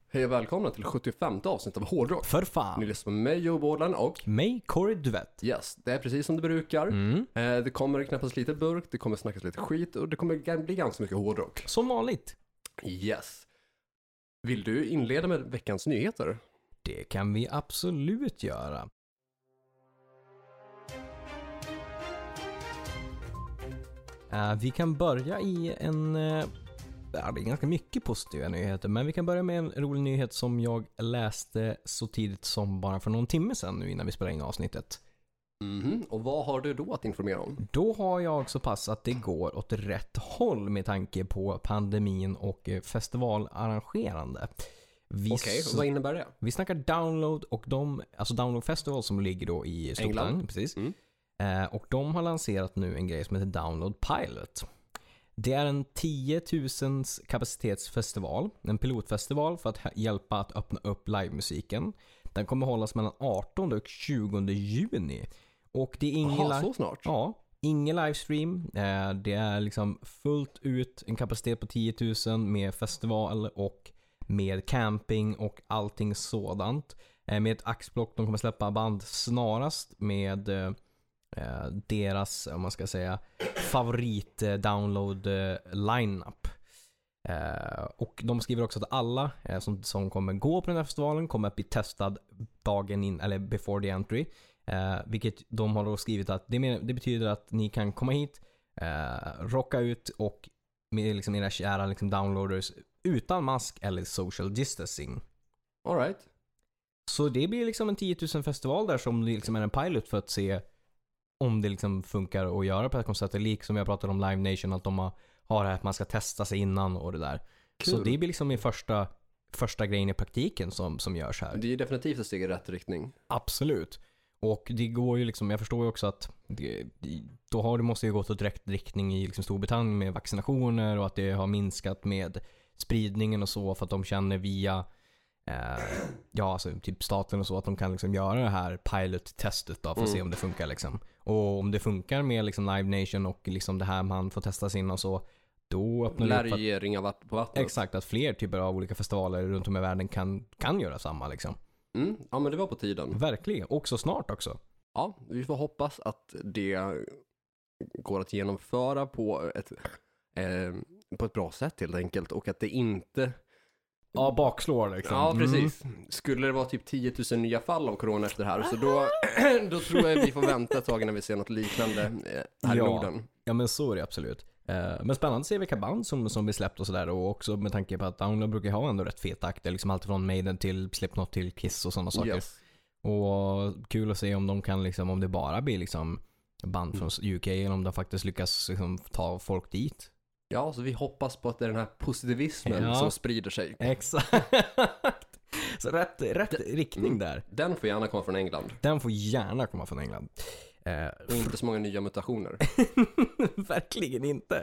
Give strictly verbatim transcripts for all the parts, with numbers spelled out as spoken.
Hej och välkomna till sjuttiofemte avsnitt av Hårdrock. För fan. Ni lyssnar på mig, Joe Borland och... Mig, Corey Duvett. Yes, det är precis som det brukar. Mm. Eh, det kommer knäppas lite burk, det kommer snackas lite skit och det kommer bli ganska mycket hårdrock. Som vanligt. Yes. Vill du inleda med veckans nyheter? Det kan vi absolut göra. Uh, vi kan börja i en... Uh, ja, det är ganska mycket positiva nyheter, men vi kan börja med en rolig nyhet som jag läste så tidigt som bara för någon timme sedan nu innan vi spelade in avsnittet. Mhm, och vad har du då att informera om? Då har jag så pass att det går åt rätt håll med tanke på pandemin och festivalarrangerande. Okej, okay, vad innebär det? Vi snackar Download och de, alltså Download Festival som ligger då i Stockholm, precis. Mm. Eh, och de har lanserat nu en grej som heter Download Pilot. Det är en tio tusen kapacitetsfestival, en pilotfestival för att hjälpa att öppna upp livemusiken. Den kommer hållas mellan artonde och tjugonde juni. Och det är ingen Aha, li- så snart? Ja, ingen livestream. Eh, det är liksom fullt ut en kapacitet på tio tusen med festival och med camping och allting sådant. Eh, med ett axplock, de kommer släppa band snarast med eh, deras, om man ska säga, favorit eh, download eh, lineup. Eh, och de skriver också att alla eh, som, som kommer gå på den här festivalen kommer att bli testad dagen in, eller before the entry. Eh, vilket de har då skrivit att det, med, det betyder att ni kan komma hit, eh, rocka ut och med liksom era kära liksom downloaders utan mask eller social distancing. All right. Så det blir liksom en tio tusen festival där som liksom är en pilot för att se om det liksom funkar att göra på ett koncept. Lik som jag pratade om Live Nation, att de har, har det här att man ska testa sig innan och det där. Kul. Så det blir liksom min första, första grejen i praktiken som, som görs här. Det är definitivt ett steg i rätt riktning. Absolut. Och det går ju liksom, jag förstår ju också att det, då har det måste ju gått åt rätt riktning i liksom Storbritannien med vaccinationer och att det har minskat med spridningen och så, för att de känner via eh, ja, alltså typ staten och så, att de kan liksom göra det här pilot-testet då för att mm. se om det funkar liksom. Och om det funkar med liksom Live Nation och liksom det här man får testa sig in och så, då öppnar det upp Lär att, ringa vatten på vattnet. exakt, att fler typer av olika festivaler runt om i världen kan, kan göra samma liksom. Mm. Ja, men det var på tiden. Verkligen, och så snart också. Ja, vi får hoppas att det går att genomföra på ett, eh, på ett bra sätt helt enkelt. Och att det inte... Ja, bakslår liksom. Ja, precis. Mm. Skulle det vara typ tio tusen nya fall av corona efter det här, så då, då tror jag vi får vänta ett tag innan vi ser något liknande eh, här ja. i Norden. Ja, men så är det absolut. Eh, men spännande att se vilka band som, som blir släppt och sådär. Och också med tanke på att Download brukar ha ändå rätt feta akter. Liksom allt från Maiden till Slipknot till Kiss och sådana saker. Yes. Och kul att se om de kan liksom, om det bara blir liksom band från U K eller om de faktiskt lyckas liksom ta folk dit. Ja, så vi hoppas på att det är den här positivismen Ja. som sprider sig. Exakt. Så rätt, rätt Den, riktning mm, där. Den får gärna komma från England. Den får gärna komma från England. Eh, Och inte så många nya mutationer. Verkligen inte.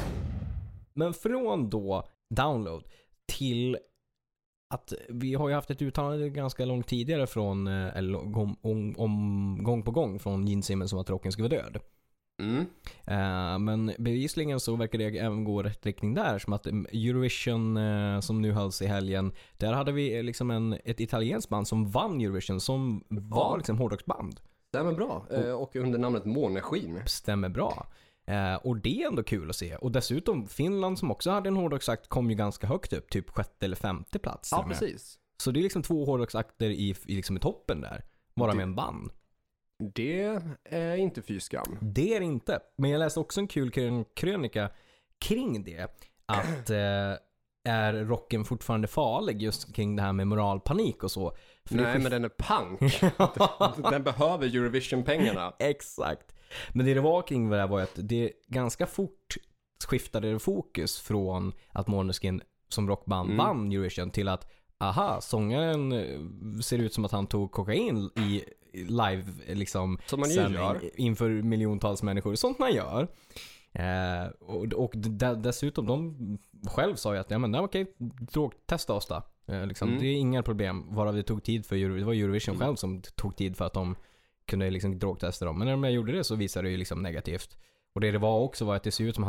Men från då Download till att vi har ju haft ett uttalande ganska långt tidigare från, eller om, om, om, gång på gång från Gene Simmons som att rocken skulle vara död. Mm. Uh, men bevisligen så verkar det även gå rätt riktning där, som att Eurovision uh, som nu hölls i helgen, där hade vi liksom en, ett italienskt band som vann Eurovision som var ja. liksom hårdrocksband. Stämmer bra. Uh, och under namnet Måneskin. Stämmer bra. Uh, och det är ändå kul att se. Och dessutom Finland som också hade en hårdrocksakt kom ju ganska högt upp, typ sjätte eller femte plats. Ja, precis. Så det är liksom två hårdrocksakter i, i, liksom i toppen där. Bara det... med en band. Det är inte fy skam. Det är det inte. Men jag läste också en kul krönika kring det. Att eh, är rocken fortfarande farlig just kring det här med moralpanik och så. För Nej, skift... men den är punk. Den behöver Eurovision-pengarna. Exakt. Men det det var kring det här var att det ganska fort skiftade fokus från att Måneskin som rockband mm. vann Eurovision till att aha, sångaren ser ut som att han tog kokain i live liksom som man ju gör inför miljontals människor, sånt man gör. Eh, och och d- dessutom de själv sa ju att ja men nej, okej, drogtesta oss då. Eh, liksom, mm. Det är inga problem, varav det tog tid för Euro- det var Eurovision mm. själv som tog tid för att de kunde liksom drogtesta dem. Men när de gjorde det så visade det ju liksom negativt. Och det det var också var att det ser ut som han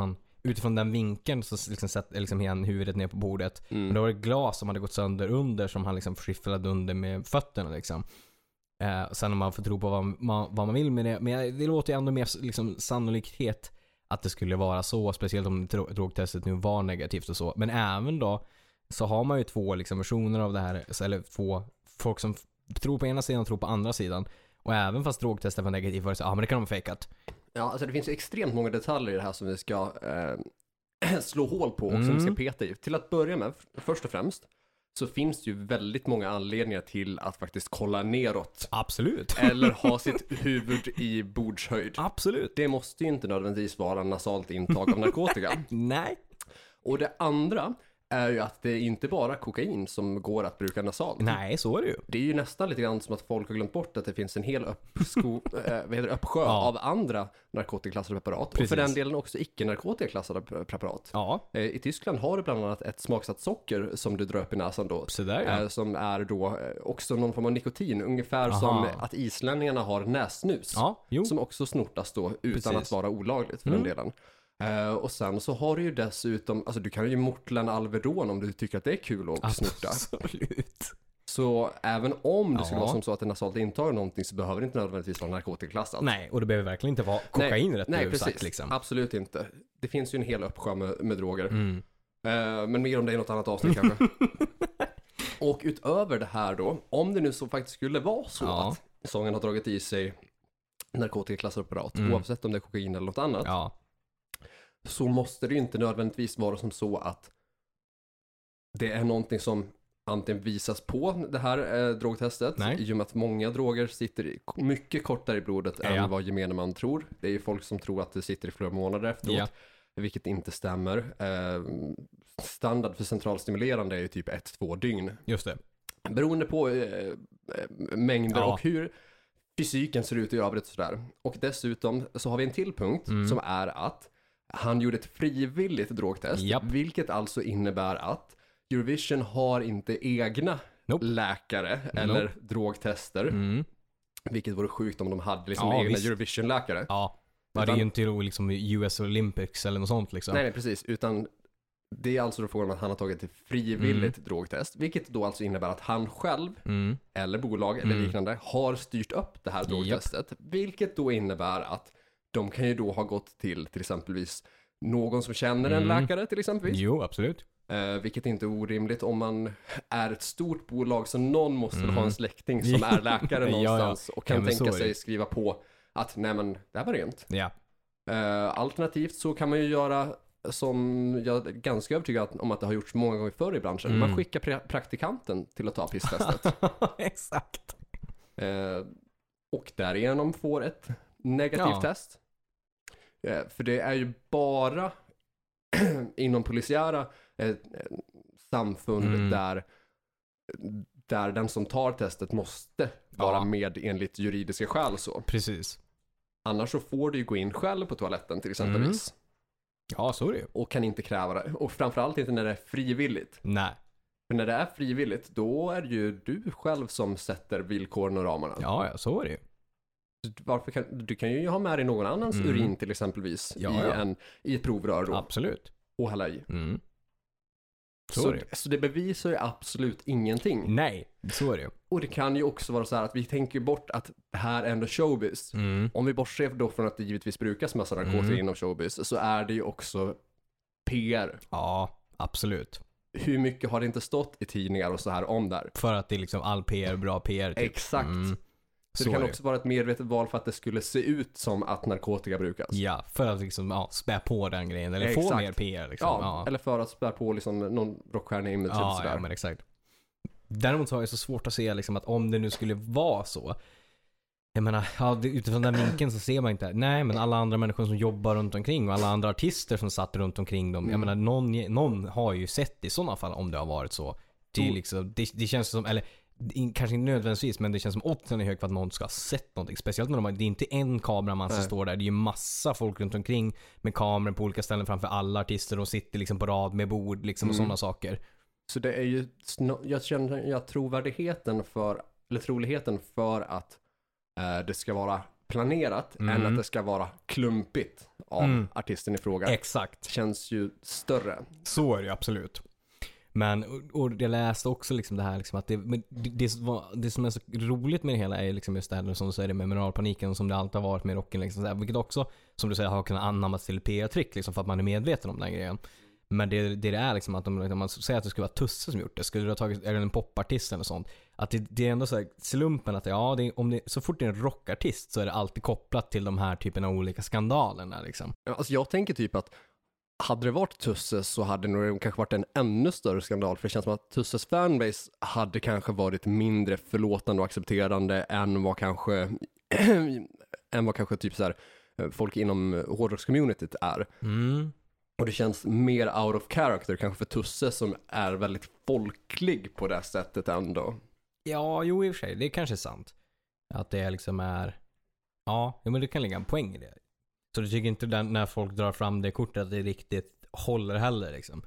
utifrån den vinkeln så liksom sätter liksom han huvudet ner på bordet. Mm. Men då var det glas som hade gått sönder under som han liksom skifflade under med fötterna liksom. Eh, och sen om man får tro på vad man, vad man vill med det. Men det låter ju ändå mer liksom sannolikhet att det skulle vara så. Speciellt om drogtestet nu var negativt och så. Men även då så har man ju två liksom versioner av det här. Eller två folk som tror på ena sidan och tror på andra sidan. Och även fast drogtestet var negativt var det så, ja ah, men det kan de ha fejkat. Ja, alltså det finns ju extremt många detaljer i det här som vi ska eh, slå hål på och mm. som vi ska peta i. Till att börja med, först och främst, så finns det ju väldigt många anledningar till att faktiskt kolla neråt. Absolut. Eller ha sitt huvud i bordshöjd. Absolut. Det måste ju inte nödvändigtvis vara nasalt intag av narkotika. Nej. Och det andra är ju att det är inte bara kokain som går att bruka nasalt. Nej, så är det ju. Det är ju nästan lite grann som att folk har glömt bort att det finns en hel uppsko, äh, vad heter det, uppsjö ja. av andra narkotikaklassade preparat. Precis. Och för den delen också icke-narkotikaklassade preparat. Ja. I Tyskland har du bland annat ett smaksatt socker som du drar upp i näsan då. Så där, ja. äh, som är då också någon form av nikotin. Ungefär Aha. som att islänningarna har näsnus. Ja, jo. Som också snortas då utan Precis. att vara olagligt för mm. den delen. Uh, och sen så har du ju dessutom, alltså du kan ju mortla en Alvedon om du tycker att det är kul att snorta. Absolut. Så även om det ja. skulle vara som så att det nasalt intar någonting så behöver det inte nödvändigtvis vara narkotikaklassat. Nej, och det behöver verkligen inte vara kokain nej, rätt nej, precis. Sagt, liksom. Absolut inte. Det finns ju en hel uppsjö med, med droger. Mm. Uh, men mer om det i något annat avsnitt kanske. Och utöver det här då, om det nu så faktiskt skulle vara så ja. att sången har dragit i sig narkotikaklassade preparat, mm. oavsett om det är kokain eller något annat. Ja. Så måste det ju inte nödvändigtvis vara som så att det är någonting som antingen visas på det här eh, drogtestet. Nej. I och med att många droger sitter i, mycket kortare i blodet ja, än ja. vad gemene man tror. Det är ju folk som tror att det sitter i flera månader efteråt. Ja. Vilket inte stämmer. Eh, standard för centralstimulerande är ju typ ett, två dygn. Just det. Beroende på eh, mängder ja. och hur fysiken ser ut i övrigt och sådär. Och dessutom så har vi en till punkt mm. som är att han gjorde ett frivilligt drogtest, Japp. vilket alltså innebär att Eurovision har inte egna nope. läkare eller nope. drogtester, mm. vilket vore sjukt om de hade liksom ja, egna visst. Eurovision-läkare. Ja, utan, det är ju inte liksom U S Olympics eller något sånt liksom. Nej, nej, precis, utan det är alltså då frågan om att han har tagit ett frivilligt mm. drogtest, vilket då alltså innebär att han själv mm. eller bolag eller mm. liknande har styrt upp det här drogtestet, Japp. vilket då innebär att de kan ju då ha gått till till exempelvis någon som känner en mm. läkare till exempelvis. Jo, absolut. Eh, vilket inte är orimligt om man är ett stort bolag så någon måste mm. ha en släkting som är läkare någonstans ja, ja. och kan ja, tänka sig skriva på att nej men det här var rent. Ja. Eh, alternativt så kan man ju göra som jag är ganska övertygad om att det har gjorts många gånger förr i branschen. Mm. Man skickar pra- praktikanten till att ta pisstestet. Exakt. Eh, och därigenom får ett negativt ja. test. Eh, för det är ju bara inom polisiära eh, samfund mm. där, där den som tar testet måste vara ja. med enligt juridiska skäl så. Precis. Annars så får du ju gå in själv på toaletten till exempelvis. Mm. Ja, så är det ju. Och kan inte kräva det. Och framförallt inte när det är frivilligt. Nej. För när det är frivilligt, då är det ju du själv som sätter villkoren och ramarna. Ja, ja, så är det ju. Varför kan, du kan ju ha med dig någon annans mm. urin till exempelvis ja, i, ja. En, i ett provrör då. Absolut. Och hälla i. Mm. Så, så, är det. så det bevisar ju absolut ingenting. Nej, så är det ju. Och det kan ju också vara så här att vi tänker bort att det här är ändå showbiz. Mm. Om vi bortser då från att det givetvis brukas massa narkotika mm. inom showbiz så är det ju också P R. Ja, absolut. Hur mycket har det inte stått i tidningar och så här om där? För att det är liksom all P R, bra P R typ. Exakt. Mm. Så, så det kan också vara ett medvetet val för att det skulle se ut som att narkotika brukas. Ja, för att liksom ja, spä på den grejen. Eller exakt. Få mer P R liksom. Ja, ja, eller för att spä på liksom någon rockstjärna i image ja, sådär. Ja, men exakt. Däremot har jag så svårt att se liksom att om det nu skulle vara så. Jag menar, ja, utifrån den vinkeln så ser man inte. Nej, men alla andra människor som jobbar runt omkring och alla andra artister som satt runt omkring dem. Mm. Jag menar, någon, någon har ju sett i sådana fall om det har varit så. Det, liksom, det, det känns som, eller kanske inte nödvändigtvis, men det känns som oddsen är hög för att någon ska ha sett någonting. Speciellt när de har, det är inte en kameraman som Nej. står där. Det är ju massa folk runt omkring med kameror på olika ställen framför alla artister och sitter liksom på rad med bord liksom och mm. sådana saker. Så det är ju, jag känner jag trovärdigheten för, eller troligheten för att eh, det ska vara planerat Mm. än att det ska vara klumpigt av Mm. artisten i fråga. Exakt. Känns ju större. Så är det absolut. Men, och, och jag läste också liksom det här liksom att det, men det, det, som var, det som är så roligt med det hela är liksom just det här som du säger det med moralpaniken som det alltid har varit med rocken liksom, så här, vilket också som du säger har kunnat anammas till P R-trick liksom, för att man är medveten om den grejen. Men det, det, det är liksom att om, om man säger att det skulle vara Tusse som gjort det, skulle det ha tagit är det en popartist eller sånt, att det, det är ändå så här slumpen att ja, det, om det, så fort det är en rockartist så är det alltid kopplat till de här typen av olika skandalerna liksom. Alltså jag tänker typ att hade det varit Tusse så hade det nog kanske varit en ännu större skandal, för det känns som att Tusses fanbase hade kanske varit mindre förlåtande och accepterande än vad kanske än vad kanske typ så här folk inom hårdrockscommunityt är. Mm. Och det känns mer out of character kanske för Tusse som är väldigt folklig på det sättet ändå. Ja, jo i och för sig, det är kanske sant. Att det liksom är ja, men det kan ligga en poäng i det. Så du tycker inte den, när folk drar fram det kortet att det riktigt håller heller liksom?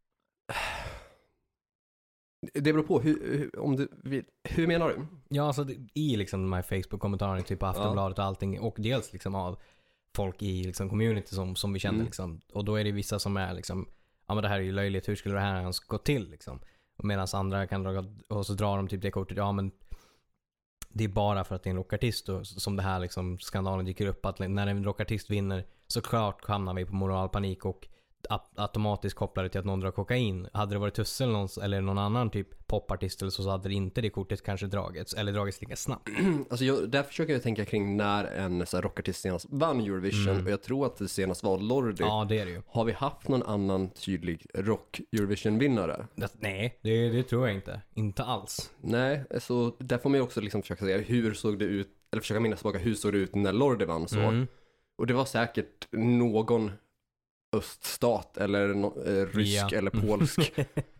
Det beror på, hur, hur, om du, hur menar du? Ja, alltså det, i liksom de här Facebook-kommentarerna typ på Aftonbladet och allting, och dels liksom av folk i liksom community som, som vi känner Mm. liksom, och då är det vissa som är liksom ja men det här är ju löjligt, hur skulle det här ens gå till liksom? Medan andra kan dra, och så drar de typ det kortet, ja men det är bara för att det är en rockartist och, som det här liksom skandalen dyker upp att när en rockartist vinner så klart hamnar vi på moralpanik och automatiskt kopplar det till att någon drar kokain. Hade det varit Tusse eller någon, eller någon annan typ popartist eller så, så hade det inte det kortet kanske dragits eller dragits lika snabbt. Alltså jag, där försöker jag tänka kring när en så här rockartist senast vann Eurovision Mm. och jag tror att det senast var Lordi. Ja, det är det ju. Har vi haft någon annan tydlig rock Eurovision-vinnare? Det, nej, det, det tror jag inte. Inte alls. Nej, så där får man ju också liksom försöka säga hur såg det ut, eller försöka minnas tillbaka hur såg det ut när Lordi vann så. Mm. Och det var säkert någon öststat eller no, eh, rysk Ja. eller polsk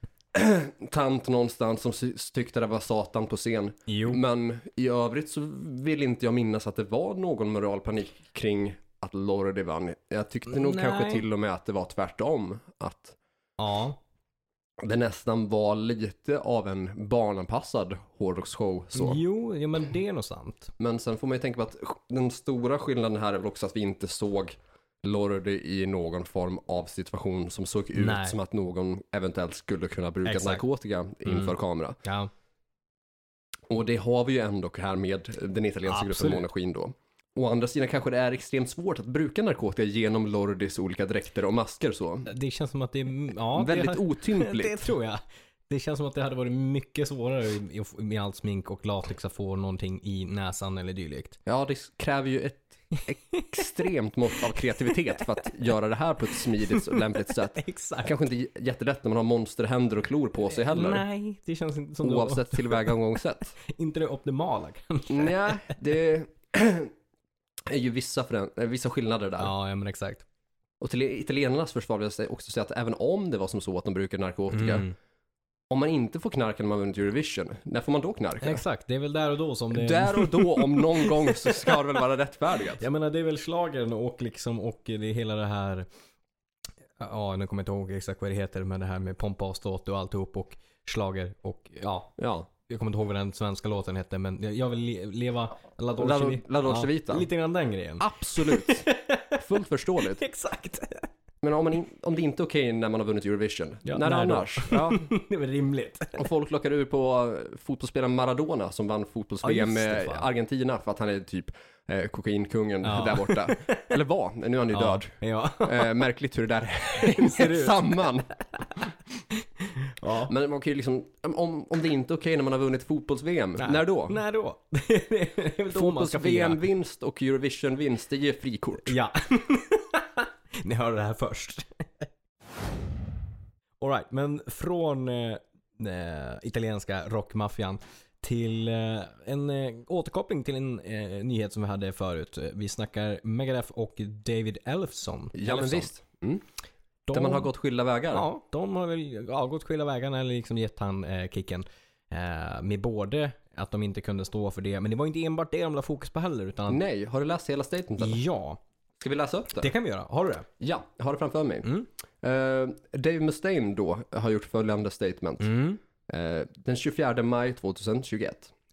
tant någonstans som sy- tyckte det var satan på scen. Jo. Men i övrigt så vill inte jag minnas att det var någon moralpanik kring att Lordi vann. Jag tyckte nog Nej. kanske till och med att det var tvärtom. Att Ja. det nästan var lite av en barnanpassad hårdrocksshow så. Jo, ja, men det är nog sant. Men sen får man ju tänka på att den stora skillnaden här är väl också att vi inte såg Lordi i någon form av situation som såg ut Nej. som att någon eventuellt skulle kunna bruka Exakt. narkotika inför Mm. kamera. Ja. Och det har vi ju ändå här med den italienska Absolut. gruppen Måneskin då. Å andra sidan kanske det är extremt svårt att bruka narkotika genom Lordis olika dräkter och masker så. Det känns som att det är ja, Väldigt det, otympligt. det tror jag. Det känns som att det hade varit mycket svårare i- i- med allt smink och latex att få någonting i näsan eller dylikt. Ja, det kräver ju ett extremt mått av kreativitet för att göra det här på ett smidigt och lämpligt sätt. Exakt. Kanske inte jättelätt när man har monsterhänder och klor på sig heller. Nej, det känns inte som Oavsett tillvägagångssätt. det, inte det optimala kanske. Nej, det är ju vissa, förä- vissa skillnader där. Ja, ja, men exakt. Och till italienarnas försvar vill jag också säga att även om det var som så att de brukar narkotika, Mm. om man inte får knarka när man vunnit Eurovision, när får man då knarka? Exakt, det är väl där och då som det Där och då, om någon gång, så ska det väl vara rättfärdigat. Jag menar, det är väl schlagern och liksom, och det är hela det här, ja, nu kommer jag inte ihåg exakt vad det heter, men det här med pompa och ståt och alltihop och schlager och ja, Ja, jag kommer inte ihåg vad den svenska låten hette, men jag vill le- leva La Dolce La, Vi- La Dolce Vita. Ja, lite grann den grejen. Absolut. Fullt förståeligt. Exakt. Men om, man in, om det inte är okej när man har vunnit Eurovision, Ja, när när då? annars? Ja. Det är väl rimligt. Och folk lockar ur på fotbollsspelaren Maradona som vann fotbolls-V M Ja, just det, med fan. Argentina för att han är typ eh, kokainkungen Ja. där borta. Eller var, nu är han ju död. Ja. Eh, märkligt hur det där Ser hänger ut. samman. Ja. Men man kan ju liksom, om, om det inte är okej när man har vunnit fotbolls-V M, Nej. när då? När då? Det är väl då man ska Fotbolls-V fira. M-vinst och Eurovision-vinst, det ger frikort. Ja. Ni hörde det här först. All right, men från eh, eh, italienska rockmaffian till eh, en eh, återkoppling till en eh, nyhet som vi hade förut. Vi snackar Megadeth och David Ellefson. Ja, men Ellefson. visst. Mm. De, Där man har gått skilda vägar. Ja, de har väl ja, gått skilda vägarna eller liksom gett han eh, kicken. Eh, med både att de inte kunde stå för det, men det var inte enbart det de la fokus på heller, utan Nej, har du läst hela statementet? ja, Ska vi läsa upp det? det kan vi göra. Har du det? Ja, jag har det framför mig. Mm. Uh, Dave Mustaine då har gjort följande statement. Mm. Uh, den tjugofjärde maj tjugohundratjugoett.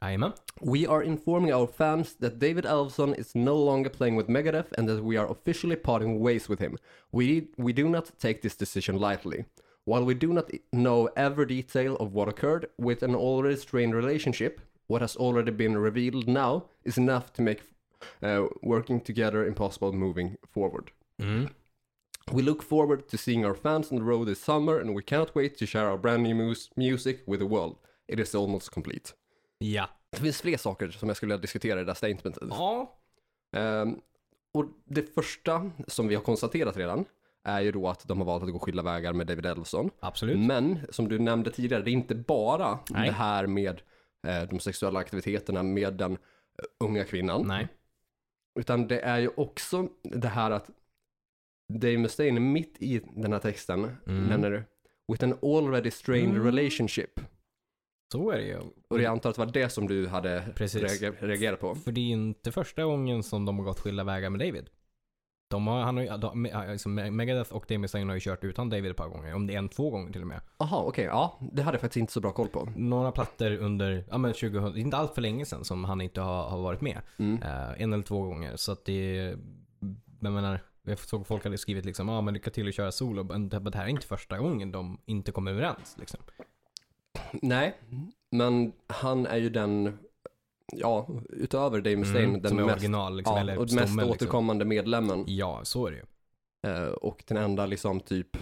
Jajamän. We are informing our fans that David Ellefson is no longer playing with Megadeth and that we are officially parting ways with him. We, we do not take this decision lightly. While we do not know every detail of what occurred with an already strained relationship, what has already been revealed now is enough to make uh, working together impossible moving forward. Mm. We look forward to seeing our fans on the road this summer and we cannot wait to share our brand new mus- music with the world. It is almost complete. Ja. Det finns fler saker som jag skulle vilja diskutera i det här statementet. Ja. Um, och det första som vi har konstaterat redan är ju då att de har valt att gå skilda vägar med David Ellefson. Absolut. Men som du nämnde tidigare, det är inte bara Nej. det här med eh, de sexuella aktiviteterna med den uh, unga kvinnan. Nej. Utan det är ju också det här att Dave Mustaine mitt i den här texten Mm. nämner with an already strained Mm. relationship. Så är det ju. Och jag antar att det var det som du hade Precis. reager- reagerat på. För det är inte första gången som de har gått skilda vägar med David. De har, han har ju, de, alltså Megadeth och Dave Mustaine har ju kört utan David ett par gånger. Om det är en, två gånger till och med. Aha, okej. Okay, ja, det hade jag faktiskt inte så bra koll på. Några plattor under, ja men tjugohundra, inte allt för länge sedan som han inte har, har varit med. Mm. Uh, en eller två gånger. Så att det, jag menar, jag såg folk hade skrivit liksom, ja ah, men lycka till att köra solo. Men det, det här är inte första gången de inte kommer överens liksom. Nej, men han är ju den, ja, utöver Dave Mustaine, Mm, den som är mest, original liksom, ja, eller och mest stommen, liksom. återkommande medlemmen. Ja, så är det ju. Eh, och den enda liksom typ,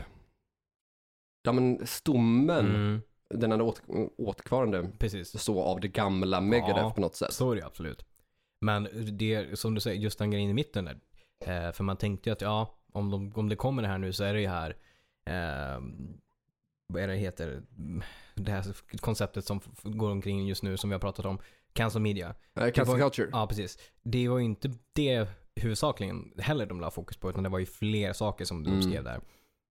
ja men stommen, Mm, den enda åt, åtkvarande precis. så av det gamla Megadeth Ja, på något sätt. Så är det ju absolut. Men det som du säger, just den grejen i mitten där. Eh, för man tänkte ju att ja, om, de, om det kommer det här nu så är det ju här eh, vad är det heter det här konceptet som f- går omkring just nu som vi har pratat om, cancel media. Eh, cancel var, culture. Ja, precis. Det var ju inte det huvudsakligen heller de la fokus på, utan det var ju fler saker som de Mm. skrev där.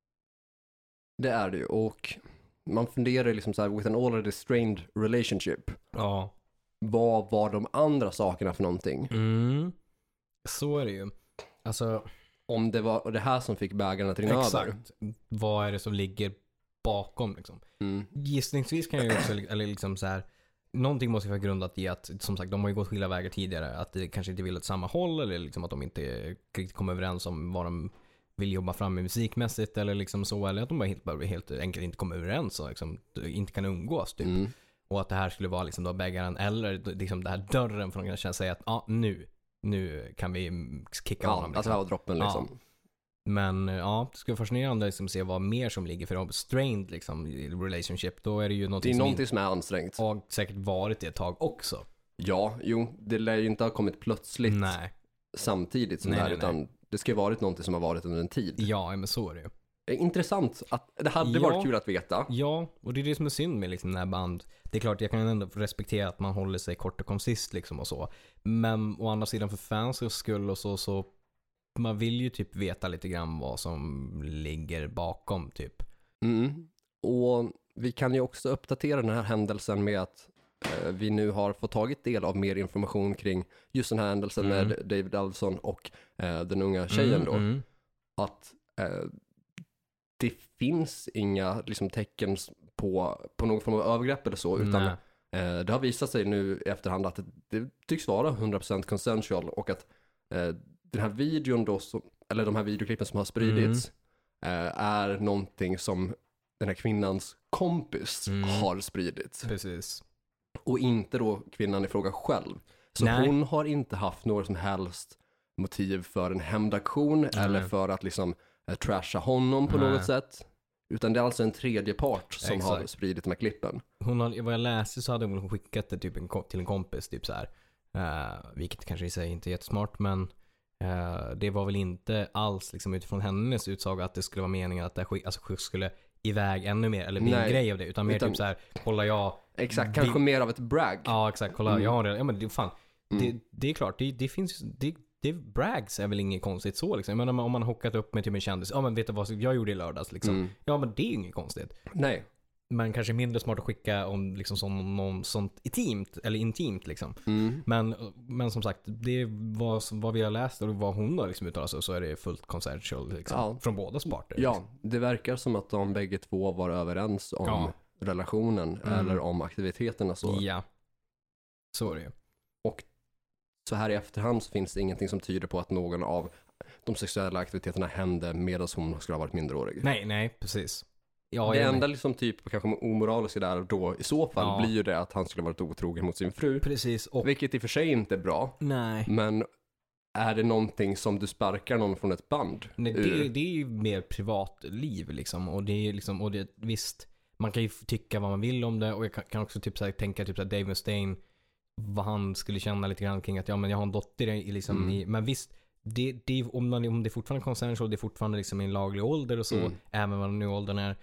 Det är det ju, och man funderar liksom så här, with an already strained relationship. Ja. Vad var de andra sakerna för någonting? Mm. Så är det ju. Alltså, Om det var det här som fick bägaren att rinna över. exakt. Vad är det som ligger bakom liksom? Mm. Gissningsvis kan jag ju också, eller liksom så här, någonting måste ju vara grundat i att, som sagt, de har ju gått skilda vägar tidigare, att det kanske inte vill åt samma håll, eller liksom att de inte riktigt kommer överens om vad de vill jobba fram med musikmässigt, eller liksom så, eller att de bara helt, bara helt enkelt inte kommer överens och liksom inte kan umgås typ. Mm. Och att det här skulle vara liksom då bägaren, eller liksom det här dörren för att kunna säga att ja, nu, nu kan vi kicka Ja, honom. alltså det här var droppen liksom. Ja. Men ja, det skulle vara fascinerande liksom se vad mer som ligger för dem. Strained liksom i relationship, då är det ju Det någonting är som någonting som är ansträngt. har säkert varit det ett tag också. Ja, jo, det lär ju inte ha kommit plötsligt Nej. samtidigt som Nej, det här, nej, utan det ska ju ha varit någonting som har varit under en tid. Ja, men så är det ju. Det är intressant att det hade Ja. varit kul att veta. Ja, och det är det som är synd med liksom den här band. Det är klart, jag kan ändå respektera att man håller sig kort och konsist liksom och så. Men å andra sidan för fans skull och så, så man vill ju typ veta lite grann vad som ligger bakom typ. Mm. Och vi kan ju också uppdatera den här händelsen med att eh, vi nu har fått tagit del av mer information kring just den här händelsen Mm. med David Ellefson och eh, den unga tjejen Mm, då. mm. Att eh, det finns inga liksom, tecken på, på någon form av övergrepp eller så, utan Nej. eh, det har visat sig nu i efterhand att det, det tycks vara hundra procent consensual, och att eh, den här videon då, som, eller de här videoklippen som har spridits Mm. eh, är någonting som den här kvinnans kompis Mm. har spridit. Precis. Och inte då kvinnan i fråga själv. Så Nej. hon har inte haft något som helst motiv för en hämndaktion eller för att liksom eh, trasha honom på Nej. något sätt. Utan det är alltså en tredje part som Exakt. har spridit de här klippen. Hon har, vad jag läste så hade hon skickat det typ en, ko- till en kompis typ så här. Uh, vilket kanske i sig inte är jättesmart, men uh, det var väl inte alls liksom utifrån hennes utsaga att det skulle vara meningen att det sk- alltså, skulle iväg ännu mer eller bli en Nej. grej av det, utan mer Utan- typ så här, kolla jag. Exakt, Vi- kanske mer av ett brag. Ja, exakt, kolla Mm. jag har det. Ja men det fan. Mm. Det, det är klart, det, det finns det, det brags är väl inget konstigt så liksom. Men om man, om man har hookat upp med typ en kändis, ja men vet du vad jag gjorde i lördags liksom. Mm. Ja men det är inget konstigt. Nej. Men kanske mindre smart att skicka om liksom som någon sånt intimt eller intimt liksom. Mm. Men, men som sagt, det var vad vi har läst och vad hon har liksom uttalat sig, så är det fullt consensual liksom, Ja. från båda parter. Ja, Liksom. det verkar som att de bägge två var överens om Ja. relationen Mm. eller om aktiviteterna så. Ja. Så är det ju. Och så här i efterhand så finns det ingenting som tyder på att någon av de sexuella aktiviteterna hände medan hon skulle ha varit minderårig. Nej, nej, precis. Ja, det jag enda liksom typ kanske omoraliska där då i så fall ja. blir ju det att han skulle ha varit otrogen mot sin fru. Precis. Och... Vilket i och för sig inte är bra. Nej. Men är det någonting som du sparkar någon från ett band? Nej, det, det är ju mer privatliv liksom. Och det är liksom, och det, visst, man kan ju tycka vad man vill om det. Och jag kan, kan också typ så här, tänka typ så här, Dave Mustaine, vad han skulle känna lite grann kring att ja, men jag har en dotter i, liksom, mm. i, men visst, det, det, om, man, om det är fortfarande consensual, det är fortfarande liksom i en laglig ålder och så, mm. även vad nu åldern är,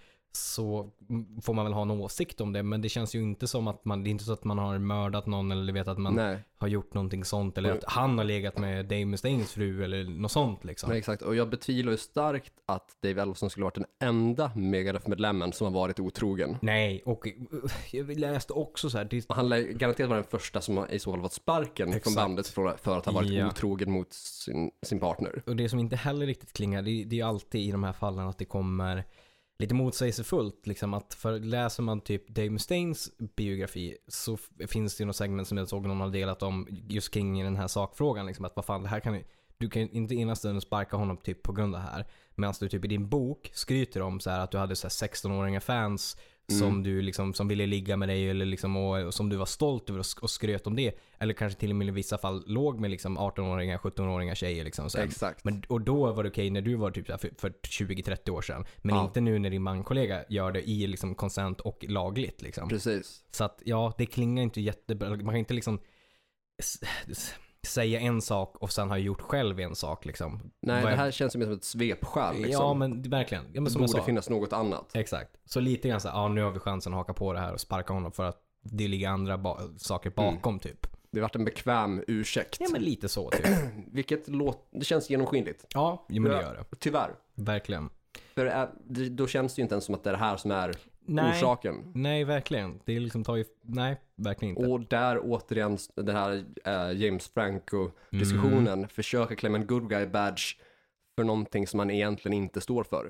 så får man väl ha en åsikt om det, men det känns ju inte som att man, det är inte så att man har mördat någon eller vet att man Nej. har gjort någonting sånt eller att han har legat med Dave Mustaines fru eller något sånt liksom. Nej, exakt, och jag betvivlar ju starkt att Dave Ellefson skulle varit den enda Megadeth-medlemmen som har varit otrogen. Nej, och jag läste också så här det... han lär garanterat vara den första som i så fall varit sparken Exakt. från bandet för, för att ha varit ja. otrogen mot sin, sin partner. Och det som inte heller riktigt klingar, det, det är alltid i de här fallen att det kommer lite motsägelsefullt liksom, att för läser man typ Dave Mustaines biografi så f- finns det ju något segment som jag såg någon har delat om just kring den här sakfrågan liksom, att vad fan, det här kan du kan inte ena stunden sparka honom typ på grund av det här, medan du typ i din bok skryter om så här att du hade så här sexton-åriga fans mm. som du liksom som ville ligga med dig eller liksom och, och som du var stolt över och, och skröt om det, eller kanske till och med i vissa fall låg med liksom arton-åringar, sjutton-åringar tjejer liksom så. Exakt. Men och då var det okej när du var typ för, för tjugo trettio år sedan, men ja. inte nu när din mankollega gör det i liksom konsent och lagligt liksom. Precis. Så att ja, det klingar inte jättebra. Man kan inte liksom s- s- säga en sak och sen har gjort själv en sak liksom. Nej, Vad det jag... här känns som ett svepskäl liksom. Ja, men verkligen. Ja, men det som borde jag sa. finnas något annat. Exakt. Så lite grann så här, ja, nu har vi chansen att haka på det här och sparka honom för att det ligger andra ba- saker bakom mm. typ. Det har varit en bekväm ursäkt. Ja, men lite så typ. Vilket låt, det känns genomskinligt. Ja, men det gör det. Tyvärr. Verkligen. För det är, det, då känns det ju inte ens som att det är det här som är nej, orsaken. Nej, verkligen. Det är liksom tar ju, nej, verkligen inte. Och där återigen den här äh, James Franco-diskussionen. Mm. Försöka klämma en good guy badge för någonting som man egentligen inte står för.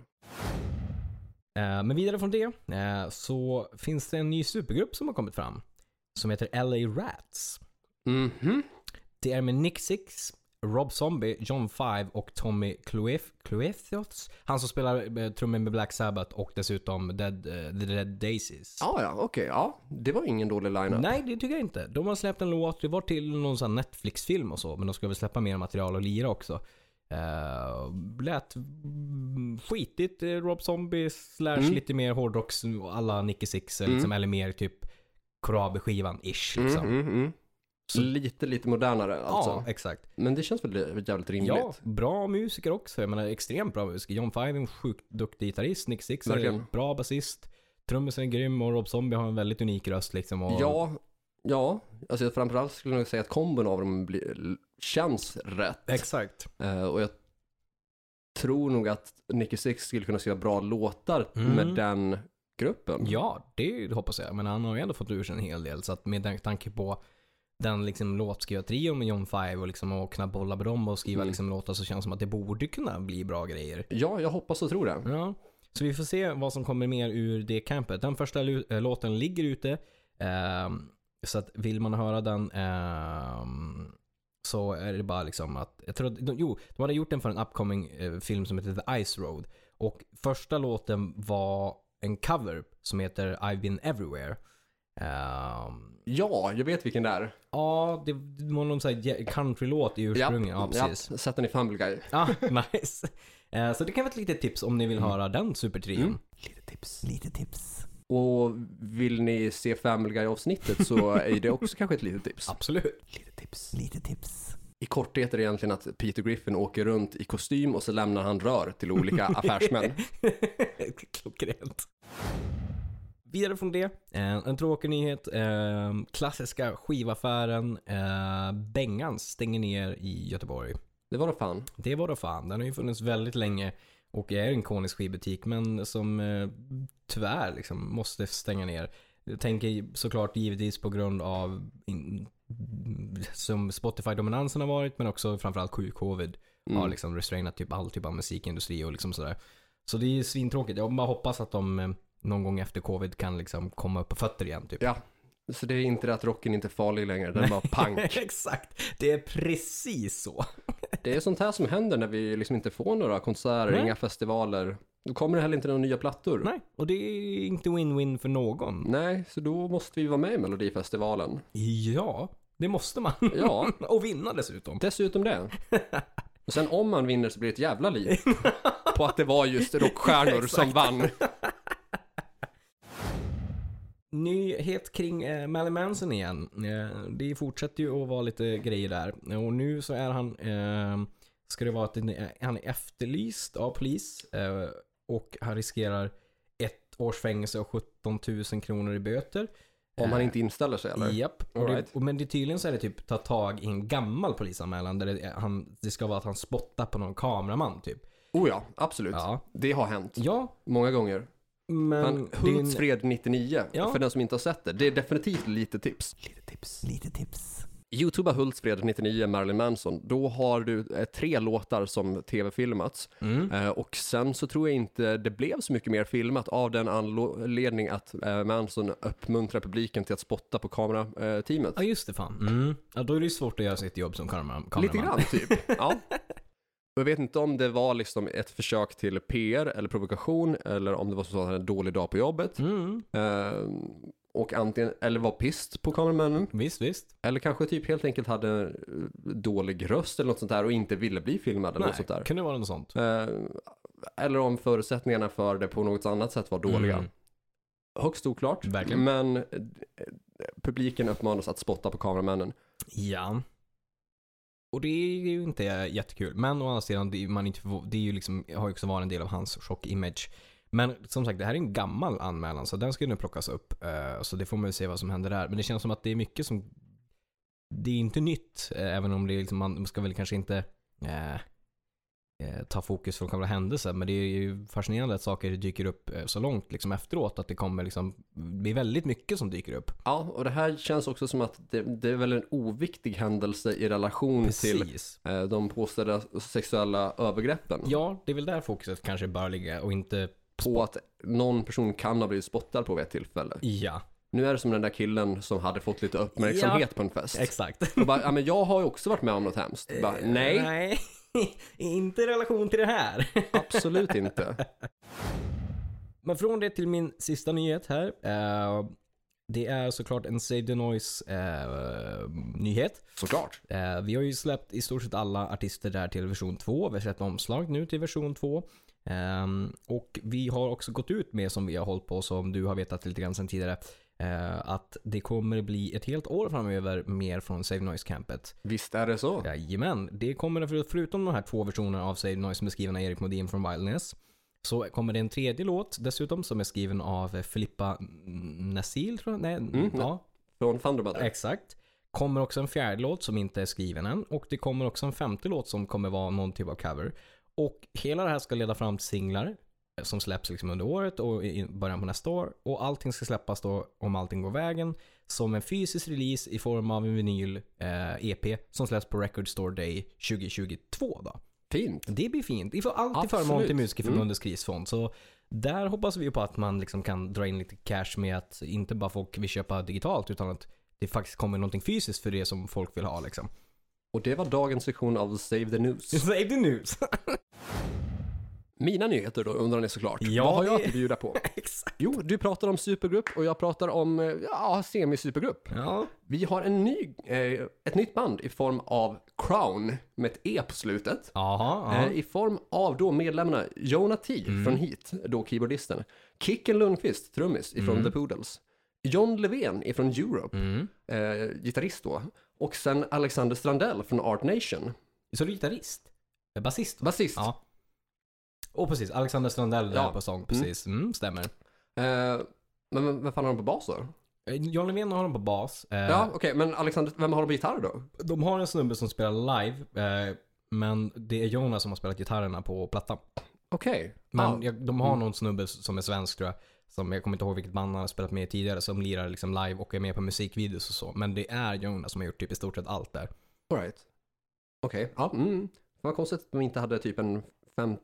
Uh, men vidare från det uh, så finns det en ny supergrupp som har kommit fram. Som heter L A Rats. Mhm. Det är med Nick Six, Rob Zombie, John Five och Tommy Cluethios. Han som spelar eh, trummor med Black Sabbath och dessutom Dead, uh, The Dead Daisies. Ah, ja, okej. Okay, ja, det var ingen dålig line-up. Nej, det tycker jag inte. De har släppt en låt, det var till någon sån Netflix-film och så, men de ska väl släppa mer material och lira också. Uh, lät skitigt uh, Rob Zombie slash mm. lite mer hårdrocks alla Nicky Six mm. liksom, eller mer typ Korabe-skivan ish liksom. Mm, mm, mm. Så lite, lite modernare alltså. Ja, exakt. Men det känns väl jävligt rimligt. Ja, bra musiker också. Jag menar, extremt bra musiker. John Five är en sjukt duktig gitarrist. Nick Six är en bra basist. Trummisen är grym och Rob Zombie har en väldigt unik röst liksom. Och... Ja, ja. Alltså framförallt skulle jag nog säga att kombon av dem blir, känns rätt. Exakt. Uh, och jag tror nog att Nicky Six skulle kunna skriva bra låtar mm. med den gruppen. Ja, det hoppas jag. Men han har ju ändå fått ur sig en hel del. Så att med tanke på den liksom låtskrivartrion med John Five och liksom och kunna bolla med dem och skriva mm. liksom låtar, så känns det som att det borde kunna bli bra grejer. Ja, jag hoppas och tror det. Ja. Så vi får se vad som kommer mer ur det campet. Den första l- äh, låten ligger ute. Eh, så att vill man höra den eh, så är det bara liksom att jag tror att, jo, de hade gjort den för en upcoming eh, film som heter The Ice Road. Och första låten var en cover som heter I've Been Everywhere. Um, ja, jag vet vilken det är. Ja, det var någon sån här countrylåt i ursprunget. Ja, ja, precis. Ja, sätt den i Family Guy. Ja, nice. Uh, så det kan vara ett litet tips om ni vill mm. höra den supertrion. Mm. Lite tips. Lite tips. Och vill ni se Family Guy-avsnittet så är det också kanske ett litet tips. Absolut. Lite tips. Lite tips. I korthet är det egentligen att Peter Griffin åker runt i kostym och så lämnar han rör till olika affärsmän. Klockrent. Vidare från det, en tråkig nyhet. Klassiska skivaffären Bengans stänger ner i Göteborg. Det var då fan. Det var då fan. Den har ju funnits väldigt länge och är en ikonisk skivbutik, men som tyvärr liksom måste stänga ner. Jag tänker såklart givetvis på grund av in, som Spotify-dominansen har varit, men också framförallt covid mm. har liksom restrainat typ all typ av musikindustri och liksom sådär. Så det är svintråkigt. Jag bara hoppas att de någon gång efter covid kan liksom komma upp på fötter igen typ. Ja, Så det är inte det att rocken inte är farlig längre, den är bara punk. Exakt, det är precis så. Det är sånt här som händer när vi liksom inte får några konserter, Nej. inga festivaler. Då kommer det heller inte några nya plattor. Nej, och det är inte win-win för någon. Nej, så då måste vi vara med i Melodifestivalen. Ja, det måste man. Ja. Och vinna dessutom. Dessutom det. Och sen om man vinner så blir det ett jävla liv på att det var just rockstjärnor som vann. Nyhet kring eh, Marilyn Manson igen. Eh, det fortsätter ju att vara lite grejer där. Och nu så är han eh, ska det vara att han är efterlyst av polis eh, och han riskerar ett års fängelse och sjutton tusen kronor i böter. Om han inte inställer sig eller? Japp. Och right. det, och men det tydligen så är det typ ta tag i en gammal polisanmälan där det, han, det ska vara att han spottar på någon kameraman typ. Oh ja, absolut. Ja. Det har hänt. Ja. Många gånger. Men Han, Hultsfred nittionio, Ja. för den som inte har sett det. Det är definitivt lite tips. Lite tips. Lite tips. YouTubea Hultsfred nittionio Marilyn Manson. Då har du eh, tre låtar som tv-filmats. Mm. Eh, och sen så tror jag inte det blev så mycket mer filmat av den anledning att eh, Manson uppmuntrar publiken till att spotta på kamerateamet. Ja, just det fan. Mm. Ja, då är det svårt att göra sitt jobb som kameraman. Lite grann typ. Ja. Jag vet inte om det var liksom ett försök till P R eller provokation eller om det var så att han hade en dålig dag på jobbet. Mm. Eh, och antingen, eller var pist på kameramännen. Visst, visst. Eller kanske typ helt enkelt hade en dålig röst eller något sånt där och inte ville bli filmad eller Nej, något sånt där. kan det vara något sånt? Eh, eller om förutsättningarna för det på något annat sätt var dåliga. Mm. Högst oklart. Verkligen. Men eh, publiken uppmanas att spotta på kameramännen. Ja. Och det är ju inte jättekul. Men å andra sidan, det är, man inte, det är ju liksom, har ju också varit en del av hans chock-image. Men som sagt, det här är en gammal anmälan så den ska ju nu plockas upp. Uh, så det får man ju se vad som händer där. Men det känns som att det är mycket som det är inte nytt. Uh, även om det är liksom, man ska väl kanske inte uh, uh, ta fokus från själva händelsen. Men det är ju fascinerande att saker dyker upp uh, så långt liksom efteråt. Att det kommer liksom bli väldigt mycket som dyker upp. Ja, och det här känns också som att det, det är väl en oviktig händelse i relation Precis. till uh, de påstådda sexuella övergreppen. Ja, det är väl där fokuset kanske bör ligga och inte på att någon person kan ha blivit spottad på ett tillfälle. Ja. Nu är det som den där killen som hade fått lite uppmärksamhet Ja, på en fest. Exakt. Och bara, ja men jag har ju också varit med om något hemskt. Bara, nej, Nej, inte i relation till det här. absolut inte. Men från det till min sista nyhet här. Uh, det är såklart en Save the Noise uh, nyhet. Såklart. Uh, vi har ju släppt i stort sett alla artister där till version två. Vi har släppt omslag nu till version två. Um, och vi har också gått ut med, som vi har hållit på, som du har vetat lite grann sedan tidigare, uh, att det kommer bli ett helt år framöver mer från Save Noise-campet. Visst är det så. Jajamän, det kommer för, förutom de här två versionerna av Save Noise som är skriven av Erik Modin från Wildness, så kommer det en tredje låt dessutom som är skriven av Filippa Nasil, tror jag. Nej, Mm, ja. Från Thunderbird. Exakt. Kommer också en fjärde låt som inte är skriven än, och det kommer också en femte låt som kommer vara någon typ av cover. Och hela det här ska leda fram till singlar som släpps liksom under året och i början på nästa år. Och allting ska släppas då, om allting går vägen, som en fysisk release i form av en vinyl eh, E P som släpps på Record Store Day tjugohundratjugotvå då. Fint. Det blir fint. Vi får alltid Absolut. förmån till Musikerförbundets Mm. krisfond. Så där hoppas vi ju på att man liksom kan dra in lite cash med att inte bara folk vill köpa digitalt, utan att det faktiskt kommer någonting fysiskt för det som folk vill ha liksom. Och det var dagens sektion av Save the News. Save the news! Mina nyheter då undrar ni såklart. Ja, Vad har jag det- att bjuda på? Exakt. Jo, du pratar om supergrupp och jag pratar om eh, ja, semi-supergrupp. Ja. Vi har en ny, eh, ett nytt band i form av Crown med ett E på slutet. Jaha, Eh, ja. I form av då medlemmarna Jonah T Mm. från Heat, då keyboardisten. Kicken Lundqvist, trummis ifrån Mm. The Poodles. John Levén ifrån Europe, Mm. eh, gitarrist då. Och sen Alexander Strandell från Art Nation, Så du är gitarrist? Eh, Basist? va? basist. Ja. Och precis, Alexander Strandell där Ja. på sång, precis. Mm, stämmer. Eh, men vem vem fan har de på bas då? Eh, John Levén har dem på bas. Eh, Ja, okej, men Alexander, vem har de på gitarr då? De har en snubbe som spelar live, eh, men det är Jonas som har spelat gitarrerna på plattan. Okej. Men Ja. jag, de har Mm. någon snubbe som är svensk tror jag, som jag kommer inte ihåg vilket band han har spelat med tidigare, som lirar liksom live och är med på musikvideos och så. Men det är Jonas som har gjort typ i stort sett allt där. All right. Okej, ja. Mm. Det var konstigt att de inte hade typ en femte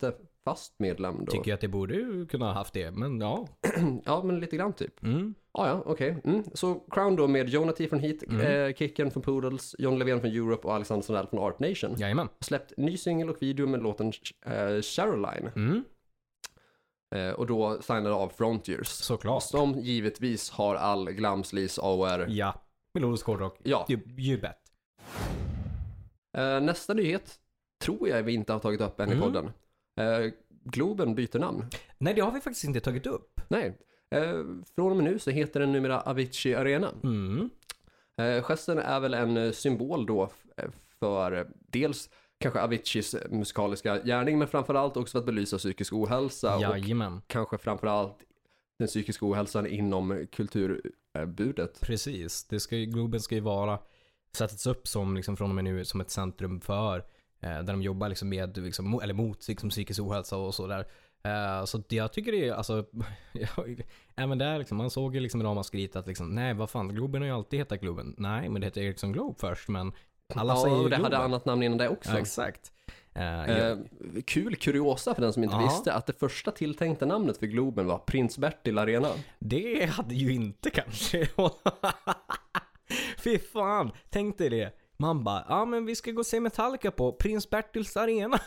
fast medlem då. Tycker jag att det borde ju kunna ha haft det, men ja. Ja, men lite grann typ. Mm. Ah, ja, okej. Okay. Mm. Så Crown då med Jonathan från Heat, Mm. eh, Kicken från Poodles, John Levén från Europe och Alexander Sonell från Art Nation. Jajamän. Släppt ny singel och video med låten eh, Caroline. Mm. Eh, och då signade av Frontiers. Såklart. Som givetvis har all glamslis A O R. Ja, melodisk hårdrock. Ja. You, you bet. Eh, nästa nyhet tror jag vi inte har tagit upp än Mm. i podden. Eh, Globen byter namn. Nej, det har vi faktiskt inte tagit upp. Nej. Eh, från och med nu så heter den numera Avicii Arena. Mm. Eh, gesten är väl en eh, symbol då f- för eh, dels kanske Aviciis musikaliska gärning, men framförallt också för att belysa psykisk ohälsa. Jajamän. Och kanske framförallt den psykiska ohälsan inom kulturbudet. Precis. Det ska ju, Globen ska ju vara sättas upp som liksom från och med nu som ett centrum för eh, där de jobbar liksom med liksom, mo- eller mot liksom, psykisk ohälsa och sådär. Uh, så det, jag tycker det är alltså även där liksom, man såg ju liksom ramaskrit att liksom, nej vad fan, Globen har ju alltid hetat Globen. Nej, men det heter Ericsson Globe först, men alla Ja, säger ju och det Globen. hade annat namn innan det också. Ja, exakt. Uh, Eh, jag, kul kuriosa för den som inte Ja. visste att det första tilltänkta namnet för Globen var Prins Bertil Arena. det hade ju inte kanske. Fy fan, tänk dig det. Man bara, ja men vi ska gå och se Metallica på Prins Bertils Arena.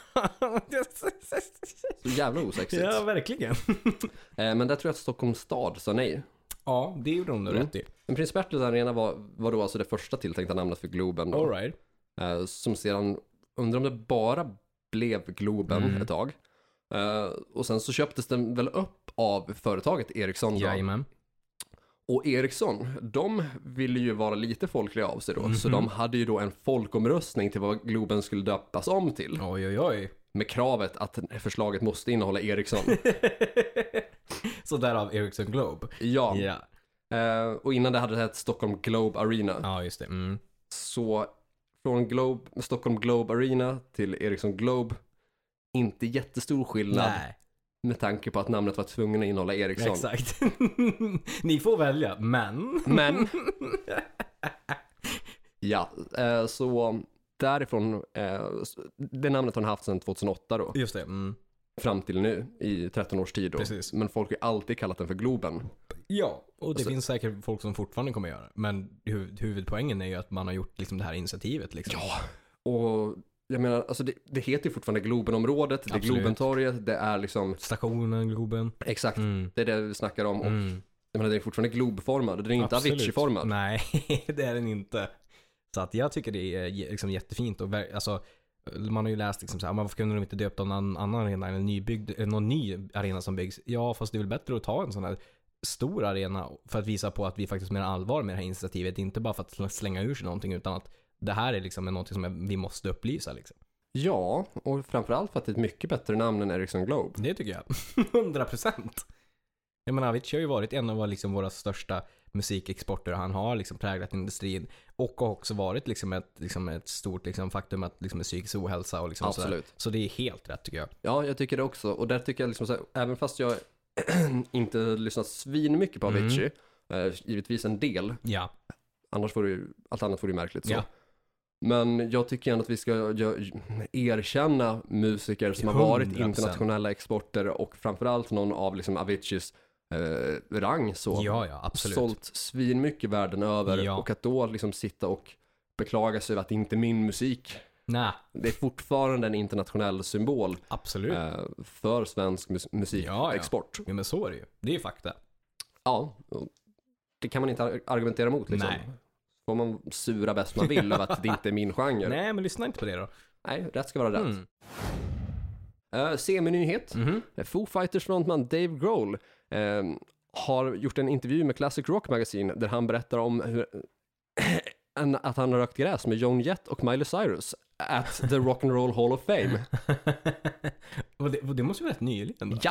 Så jävla osexigt. Ja, verkligen. Eh, men där tror jag att Stockholms stad sa nej. Ja, det gjorde de nog Mm. rätt i. Men Prins Bertils Arena var, var då alltså det första tilltänkta namnet för Globen. Då. All right. Eh, som sedan, undrar om det bara blev Globen Mm. ett tag. Eh, och sen så köptes den väl upp av företaget Ericsson då. Jajamän. Och Ericsson, de ville ju vara lite folkliga av sig då. Mhm. Så de hade ju då en folkomröstning till vad Globen skulle döpas om till. Oj, oj, oj. Med kravet att förslaget måste innehålla Ericsson. Så därav Ericsson Globe. Ja. Ja, Eh, och innan det hade det hett Stockholm Globe Arena. ja just det. Mm. Så från Globe, Stockholm Globe Arena till Ericsson Globe, inte jättestor skillnad. Nej, Med tanke på att namnet var tvungen att innehålla Ericsson. exakt. Ni får välja, men... Men, ja, eh, så därifrån, eh, det namnet har han haft sedan tjugohundraåtta då. Just det. Mm. Fram till nu, i tretton års tid då. Precis. Men folk har alltid kallat den för Globen. Ja, och det Alltså- finns säkert folk som fortfarande kommer göra det. Men hu- huvudpoängen är ju att man har gjort liksom det här initiativet. Liksom. Ja, och jag menar, alltså det, det heter ju fortfarande Globenområdet, det är Absolut. Globentorget, det är liksom, Stationen, Globen. exakt, Mm. det är det vi snackar om. Och Mm. jag menar, det är fortfarande globformad, det är inte Absolut. Avicii-formad. Nej, det är den inte. Så att jag tycker det är ge- liksom jättefint. Och ver- alltså, man har ju läst liksom så här, varför kunde de inte döpt om någon annan arena eller nybyggd, eller någon ny arena som byggs? Ja, fast det är väl bättre att ta en sån här stor arena för att visa på att vi faktiskt menar allvar med det här initiativet. Inte bara för att slänga ur sig någonting, utan att det här är liksom någonting som vi måste upplysa liksom. Ja, och framförallt för att det är ett mycket bättre namn än Ericsson Globe. Det tycker jag. hundra procent. Jag menar, Avicii har ju varit en av liksom våra största musikexporter. Han har liksom präglat industrin och har också varit liksom ett, liksom ett stort liksom faktum att liksom psykisk ohälsa och liksom sådär. Absolut. Så det är helt rätt tycker jag. Ja, jag tycker det också. Och där tycker jag liksom så här, även fast jag inte lyssnat svin mycket på Mm. Avicii, eh, givetvis en del, Ja. annars får det, allt annat får det märkligt så. Ja. Men jag tycker ändå att vi ska gö- erkänna musiker som har varit hundra procent. internationella exporter och framförallt någon av liksom Aviciis eh, rang så. Ja, ja, absolut. Sålt svin mycket världen över Ja. och att då liksom sitta och beklaga sig över att det inte är min musik. Nej, Det är fortfarande en internationell symbol absolut. eh, för svensk mus- musikexport. Ja, men så är det ju. Det är fakta. Ja, och det kan man inte ar- argumentera mot liksom. Nej. Får man sura bäst man vill över att det inte är min genre. Nej, Nej, men lyssna inte på det då. rätt ska vara rätt. Mm. Uh, seminyhet. Mhm. Foo Fighters frontman Dave Grohl eh, har gjort en intervju med Classic Rock Magazine där han berättar om hur, en, att han har rökt gräs med Joan Jett och Miley Cyrus at the Rock and Roll Hall of Fame. och, det, och det måste vara rätt nyligen då. Ja,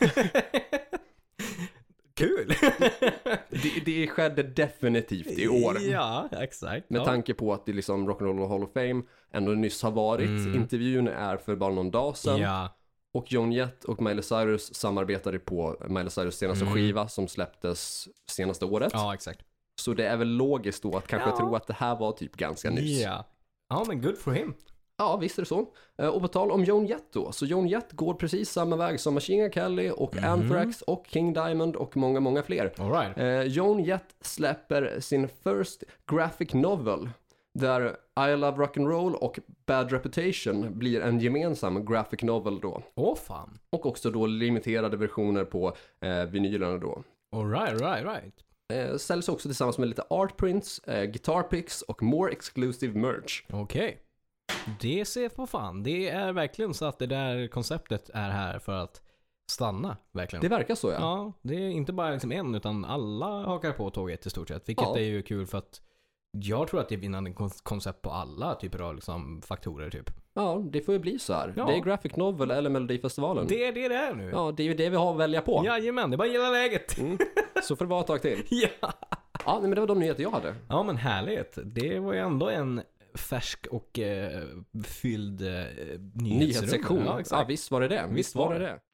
Kul! det, det skedde definitivt i år. Ja, exakt. Med ja. tanke på att det liksom Rock and Roll Hall of Fame ändå nyss har varit. Mm. Intervjun är för bara någon dag sedan. Ja, Och Joan Jett och Miley Cyrus samarbetade på Miley Cyrus senaste Mm. skiva som släpptes senaste året. ja, exakt. Så det är väl logiskt då att kanske Ja. tro att det här var typ ganska nyss. Ja. Ja, men good for him. Ja, visst är det så. Och på tal om Joan Jett då, så Joan Jett går precis samma väg som Machine Gun Kelly och mm-hmm. Anthrax och King Diamond och många, många fler. All right. eh, Joan Jett släpper sin first graphic novel där I Love Rock'n'Roll och Bad Reputation blir en gemensam graphic novel då. Åh oh, fan. Och också då limiterade versioner på eh, vinylerna då. All right, right, right. Eh, säljs också tillsammans med lite art prints, eh, guitar picks och more exclusive merch. Okej. Okay. Det ser på fan. Det är verkligen så att det där konceptet är här för att stanna, verkligen. Det verkar så, ja. Ja, det är inte bara liksom en, utan alla hakar på tåget i stort sett. Vilket ja. är ju kul för att jag tror att det är vinnande koncept på alla typer av liksom faktorer typ. Ja, det får ju bli så här. Ja. Det är graphic novel eller Melodifestivalen. Det är det det är nu. Ja, det är ju det vi har att välja på. Jajamän, det är bara gilla läget. Mm. Så får det vara ett tag till. Ja. Ja, men det var de nyheter jag hade. Ja, men härligt. Det var ju ändå en färsk och eh, fylld eh, nyhetssektion. Ja, ja, visst var det det. Visst, visst var det det.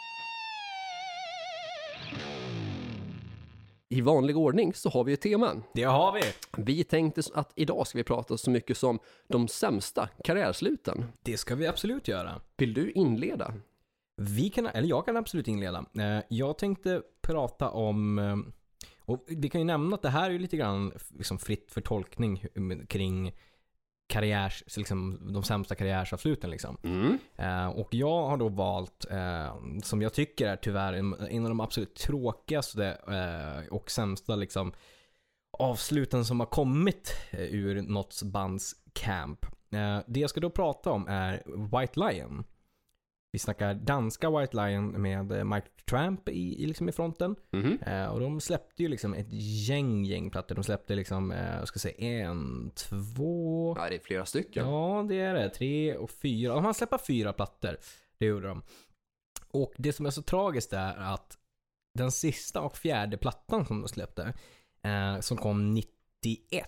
I vanlig ordning så har vi ett tema. Det har vi. Vi tänkte att idag ska vi prata så mycket som de sämsta karriärsluten. Det ska vi absolut göra. Vill du inleda? Vi kan, eller jag kan absolut inleda. Jag tänkte prata om, och vi kan ju nämna att det här är ju lite grann liksom fritt för tolkning kring karriärs, liksom de sämsta karriärsavsluten liksom. Mm. Uh, och jag har då valt uh, som jag tycker är tyvärr en, en av de absolut tråkigaste uh, och sämsta liksom avsluten som har kommit uh, ur något bands camp. Uh, det jag ska då prata om är White Lion. Vi snackar danska White Lion med Mike Tramp i, i, liksom i fronten. Mm-hmm. Eh, och de släppte ju liksom ett gäng gäng plattor. De släppte liksom, eh, jag ska säga en, två... Ja, det är flera stycken. Ja, det är det. Tre och fyra. De har släppt fyra plattor. Det gjorde de. Och det som är så tragiskt är att den sista och fjärde plattan som de släppte, eh, som kom nittioett,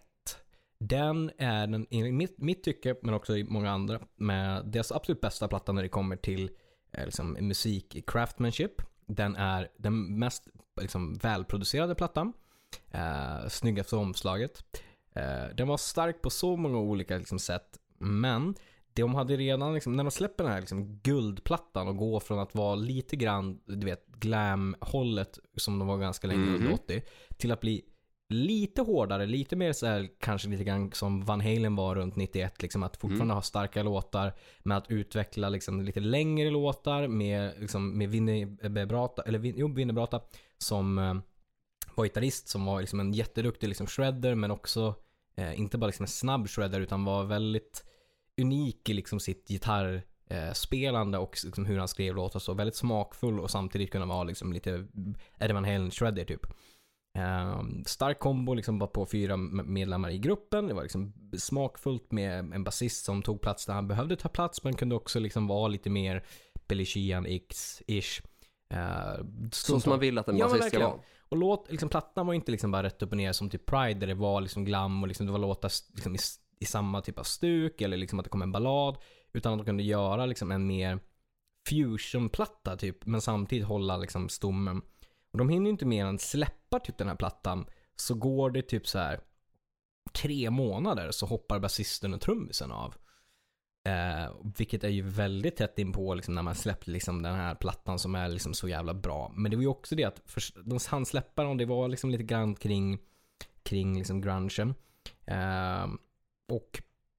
den är den, i mitt, mitt tycke, men också i många andra, med deras absolut bästa platta när det kommer till eh, liksom, musik craftsmanship. Den är den mest liksom, välproducerade plattan. Eh, snyggaste omslaget. Eh, den var stark på så många olika liksom, sätt. Men de hade redan, liksom, när de släpper den här liksom, guldplattan och går från att vara lite grann, du vet, glam-hållet som de var ganska länge under mm-hmm. åttio, till att bli lite hårdare, lite mer så här, kanske lite grann som Van Halen var runt nittioett, liksom att fortfarande mm. ha starka låtar, med att utveckla liksom lite längre låtar med liksom med Vinnebrata eller Vin, jo, Vinnebrata som eh, var gitarrist, som var liksom en jätteduktig liksom shredder, men också eh, inte bara liksom en snabb shredder, utan var väldigt unik i liksom sitt gitarrspelande eh, och liksom hur han skrev låtar, så väldigt smakfull och samtidigt kunna vara liksom lite Eddie Van Halen shredder typ. Um, stark kombo liksom bara på fyra medlemmar i gruppen. Det var liksom smakfullt med en basist som tog plats där han behövde ta plats, men kunde också liksom vara lite mer Billy Sheehan-ish. Uh, så som man vill att en basist ja, ska vara. Och låt, liksom, plattan var inte liksom bara rätt upp och ner som typ Pride, där det var liksom glam och liksom, det var låtar liksom i, i samma typ av stuk, eller liksom att det kom en ballad, utan att de kunde göra liksom en mer fusion-platta typ, men samtidigt hålla liksom stommen. Och de hinner ju inte mer än släppa typ den här plattan, så går det typ så här tre månader så hoppar basisten och trummisen av. Eh, vilket är ju väldigt tätt in på liksom, när man släppte liksom, den här plattan som är liksom, så jävla bra. Men det var ju också det att för, de hann släppa dem, det var liksom lite grann kring, kring liksom grungen. Eh, och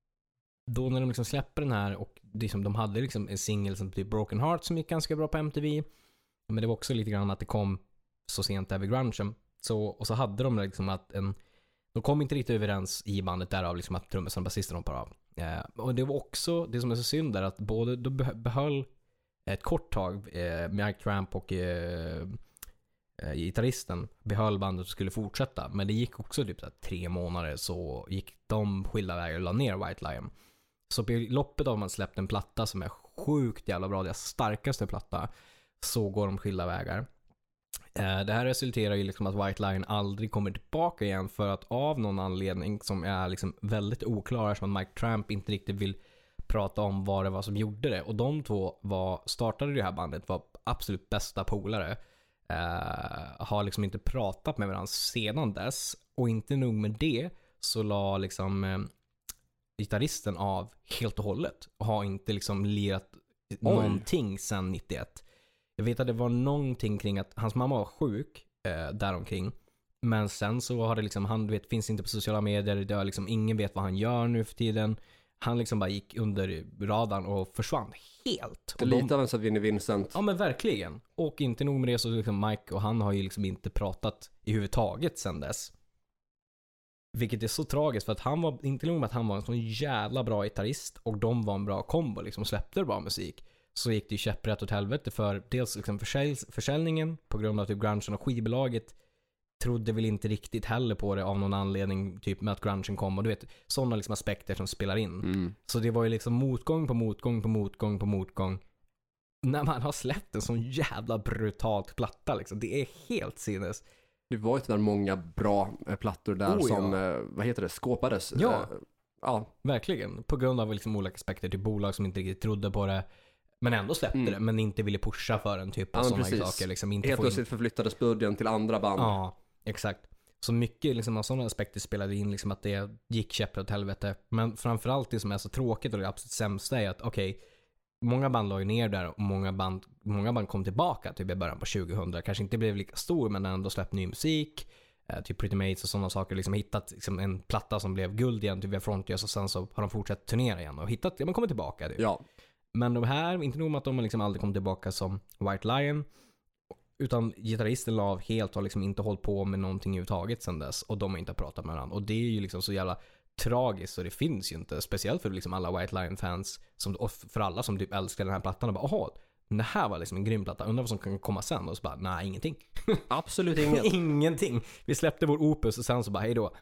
då när de liksom släpper den här, och liksom, de hade liksom en singel som typ Broken Heart som gick ganska bra på M T V. Men det var också lite grann att det kom så sent där vid grungen. Så, och så hade de liksom att en, de kom inte riktigt överens i bandet, därav liksom att trummisen och basisten hoppar av. Eh, och det var också, det som är så synd där, att både de behöll ett kort tag, eh, Mike Tramp och eh, eh, gitarristen behöll bandet och skulle fortsätta. Men det gick också typ så här, tre månader så gick de skilda vägar och la ner White Lion. Så på loppet av man släppt en platta som är sjukt jävla bra, deras starkaste platta, så går de skilda vägar. Eh, det här resulterar ju liksom att White Lion aldrig kommer tillbaka igen, för att av någon anledning som är liksom väldigt oklar, som att Mike Tramp inte riktigt vill prata om vad det var som gjorde det. Och de två var, startade det här bandet, var absolut bästa polare. Eh, har liksom inte pratat med varandra sedan dess. Och inte nog med det, så la liksom gitarristen av helt och hållet och har inte liksom lirat Oj. någonting sedan nittioett. Jag vet att det var någonting kring att hans mamma var sjuk eh, däromkring. Men sen så har det liksom, han vet, finns inte på sociala medier, det har liksom, ingen vet vad han gör nu för tiden. Han liksom bara gick under radarn och försvann helt. Det är lite av en sån Vinnie Vincent. Ja men verkligen. Och inte nog med det så liksom Mike och han har ju liksom inte pratat i huvudtaget sedan dess. Vilket är så tragiskt för att han var, inte nog med att han var en sån jävla bra gitarrist och de var en bra kombo liksom och släppte bra musik. Så gick det ju käpprätt åt helvete för dels liksom försälj, försäljningen på grund av typ grungen och skivbolaget trodde väl inte riktigt heller på det av någon anledning typ med att grungen kom och du vet sådana liksom aspekter som spelar in. Mm. Så det var ju liksom motgång på motgång på motgång på motgång. När man har släppt en sån jävla brutalt platta liksom. Det är helt sinnes. Det var ju tyvärr många bra eh, plattor där oh, som, ja. eh, vad heter det, skåpades. Ja, eh, ja. verkligen. På grund av liksom olika aspekter till bolag som inte riktigt trodde på det. Men ändå släppte mm. det, men inte ville pusha för en typ av ja, sådana precis. saker. Liksom inte helt plötsligt in... förflyttades budgeten till andra band. Ja, exakt. Så mycket liksom, av sådana aspekter spelade in liksom, att det gick käpprätt åt helvete. Men framförallt det som är så tråkigt och det absolut sämsta är att okej, okay, många band la ju ner där och många band, många band kom tillbaka typ i början på tjugohundra. Kanske inte blev lika stor men ändå släppt ny musik. Eh, typ Pretty Mates och sådana saker. Liksom hittat liksom, en platta som blev guld igen typ via Frontiers och sen så har de fortsatt turnera igen och hittat, ja men kommer tillbaka. Typ. Ja. Men de här, inte nog med att de liksom aldrig kom tillbaka som White Lion utan gitarristen la av helt och har liksom inte hållit på med någonting överhuvudtaget sedan dess och de har inte pratat med varandra och det är ju liksom så jävla tragiskt så det finns ju inte, speciellt för liksom alla White Lion-fans som, och för alla som typ älskar den här plattan och bara, åh, det här var liksom en grym platta, undrar vad som kan komma sen och så bara, nej, ingenting. Absolut inget. Ingenting. Vi släppte vår opus och sen så bara, hej då.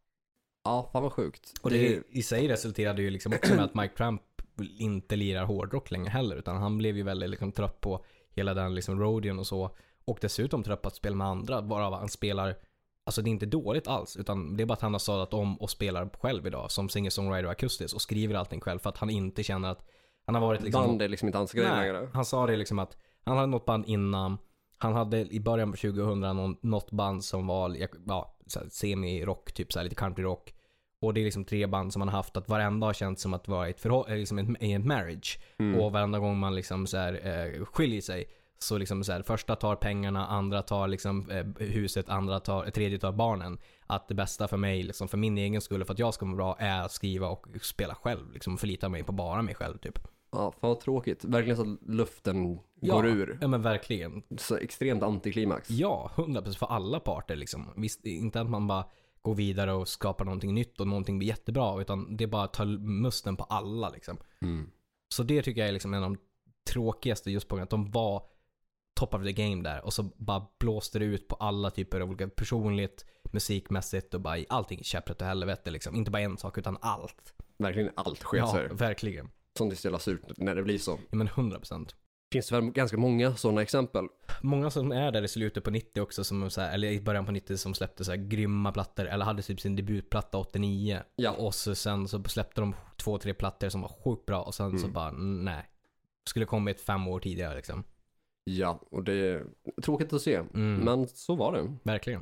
Ja, fan vad sjukt. Och det, det i sig resulterade ju liksom också med att Mike Tramp inte lirar hårdrock längre heller utan han blev ju väldigt liksom trött på hela den liksom roadion och så och dessutom trött på att spela med andra bara han spelar, alltså det är inte dåligt alls utan det är bara att han har sadat om och spelar själv idag som singer-songwriter akustiskt och skriver allting själv för att han inte känner att han har varit liksom band är liksom inte hans grej längre. Han sa det liksom att han hade något band innan, han hade i början på tjugohundra någon, något band som var ja, semi-rock typ så här, lite country-rock. Och det är liksom tre band som man har haft att varenda har känt som att vara ett förhåll, liksom en, en marriage. Mm. Och varenda gång man liksom så här, eh, skiljer sig så liksom så här, första tar pengarna, andra tar liksom eh, huset, andra tar, tredje tar barnen. Att det bästa för mig, liksom, för min egen skull, för att jag ska vara bra, är att skriva och spela själv. Liksom förlita mig på bara mig själv typ. Ja, fan vad tråkigt. Verkligen så att luften ja, går ur. Ja, men verkligen. Så extremt antiklimax. Ja, hundra procent för alla parter liksom. Visst, inte att man bara gå vidare och skapa någonting nytt och någonting blir jättebra utan det är bara att ta musten på alla liksom. Mm. Så det tycker jag är liksom en av de tråkigaste just på grund att de var top of the game där och så bara blåste det ut på alla typer av olika personligt, musikmässigt och bara allting käpprätt och helvete liksom. Inte bara en sak utan allt. Verkligen allt sker så. Ja, verkligen. Sånt det ställas ut när det blir så. Ja men hundra procent. Finns det väl ganska många sådana exempel? Många som är där i slutet på nittio också som så här, eller i början på nittio som släppte så här grymma plattor eller hade typ sin debutplatta åttionio. Ja. Och så sen så släppte de två, tre plattor som var sjukt bra och sen mm. så bara nej. Skulle kommit fem år tidigare liksom. Ja, och det är tråkigt att se. Mm. Men så var det. Verkligen.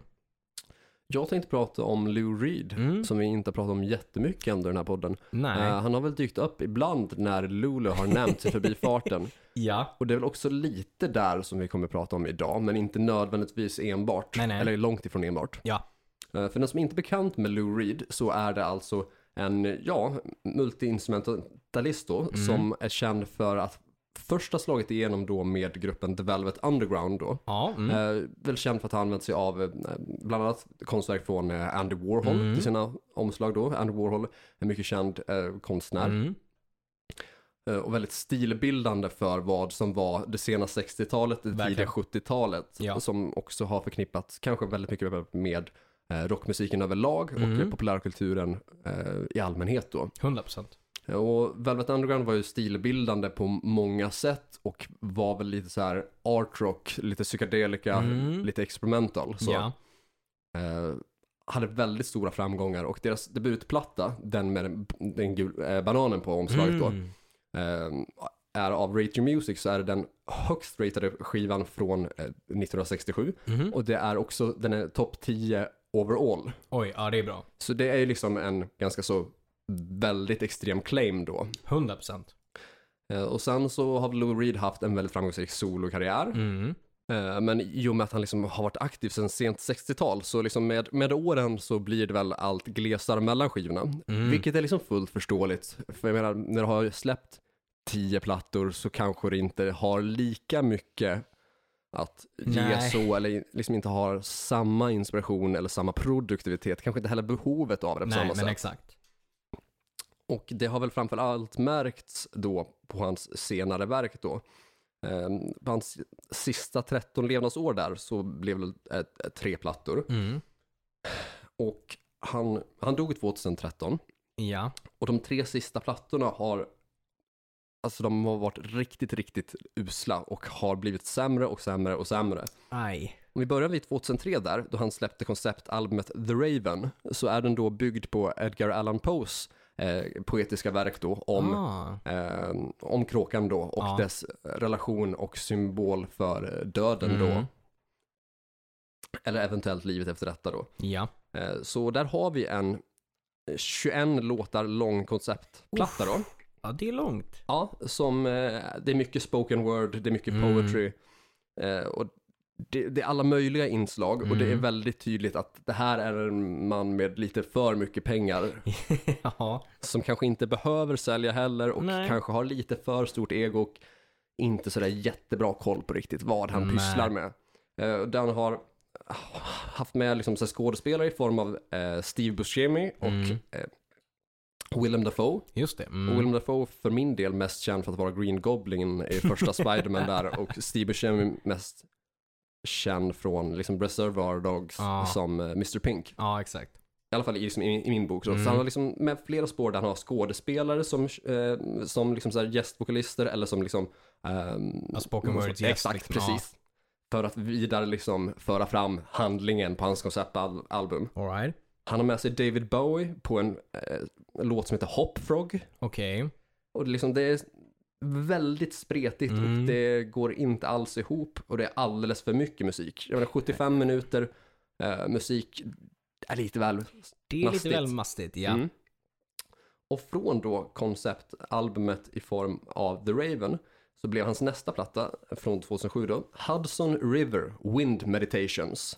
Jag tänkte prata om Lou Reed mm. som vi inte pratat om jättemycket ändå i den här podden. Nej. Uh, han har väl dykt upp ibland när Lulu har nämnt sig förbi farten. Ja. Och det är väl också lite där som vi kommer prata om idag, men inte nödvändigtvis enbart. Nej, nej. Eller långt ifrån enbart. Ja. Uh, för den som inte är bekant med Lou Reed så är det alltså en, ja, multi-instrumentalist då, mm. som är känd för att första slaget igenom då med gruppen The Velvet Underground då. Ja, mm. eh, väl känd för att ha använt sig av eh, bland annat konstverk från eh, Andy Warhol mm. till sina omslag då. Andy Warhol är en mycket känd eh, konstnär. Mm. Eh, och väldigt stilbildande för vad som var det sena sextiotalet, det tidiga sjuttiotalet. Ja. Som också har förknippats kanske väldigt mycket med, med eh, rockmusiken överlag mm. och eh, populärkulturen eh, i allmänhet då. hundra procent. Och Velvet Underground var ju stilbildande på många sätt och var väl lite så här art rock, lite psykedelika, mm. lite experimental. Så ja. eh, hade väldigt stora framgångar och deras debutplatta, den med den, den gul, eh, bananen på omslaget mm. då, eh, är av Rate Your Music, så är det den högst ratade skivan från eh, nittonhundrasextiosju mm. och det är också, den är topp tio overall. Oj, ja det är bra. Så det är ju liksom en ganska så väldigt extrem claim då. hundra procent. Eh, och sen så har Lou Reed haft en väldigt framgångsrik solokarriär. Mm. Eh, men i och med att han liksom har varit aktiv sedan sent sextiotal så liksom med, med åren så blir det väl allt glesare mellan skivorna. Mm. Vilket är liksom fullt förståeligt. För jag menar, när du har släppt tio plattor så kanske det inte har lika mycket att ge Nej. så, eller liksom inte har samma inspiration eller samma produktivitet, kanske inte heller behovet av det på Nej, samma men sätt. exakt. Och det har väl framförallt märkts då på hans senare verk då. Um, på hans sista tretton levnadsår där så blev det ett, ett, tre plattor. Mm. Och han, han dog tjugohundratretton. Ja. Och de tre sista plattorna har alltså de har varit riktigt, riktigt usla och har blivit sämre och sämre och sämre. Aj. Om vi börjar vid tjugohundratre där, då han släppte konceptalbumet The Raven, så är den då byggd på Edgar Allan Poes eh, poetiska verk då om, Ah. eh, om kråkan då och Ja. dess relation och symbol för döden Mm. då. Eller eventuellt livet efter detta då. Ja. Eh, så där har vi en tjugoett låtar lång konceptplatta då. Ja, det är långt. Ja, som eh, det är mycket spoken word, det är mycket Mm. poetry eh, och det, det är alla möjliga inslag och det är Mm. väldigt tydligt att det här är en man med lite för mycket pengar Ja. som kanske inte behöver sälja heller och Nej. kanske har lite för stort ego och inte sådär jättebra koll på riktigt vad han Nej. pysslar med. Eh, den har haft med liksom så här skådespelare i form av eh, Steve Buscemi och Mm. eh, Willem Dafoe. Just det. Och Mm. Willem Dafoe för min del mest känd för att vara Green Goblin i första Spider-Man där och Steve Buscemi mest känd från liksom Reservoir Dogs Ja. som uh, mister Pink. Ja, exakt. I alla fall i, liksom, i, i min bok. Så, Mm. så han har liksom med flera spår där han har skådespelare som, eh, som liksom så här gästvokalister eller som liksom ehm, Ja, spoken word gäst, exakt, liksom. precis. För att vidare liksom föra fram handlingen på hans konceptalbum. All right. Han har med sig David Bowie på en eh, låt som heter Hop Frog. Okej. Och det, liksom, det är väldigt spretigt Mm. och det går inte alls ihop och det är alldeles för mycket musik. Jag menar sjuttiofem minuter eh, musik är lite väl Det är mastigt. lite väl mastigt, ja. Mm. Och från då konceptalbumet i form av The Raven så blev hans nästa platta från tjugohundrasju då Hudson River Wind Meditations.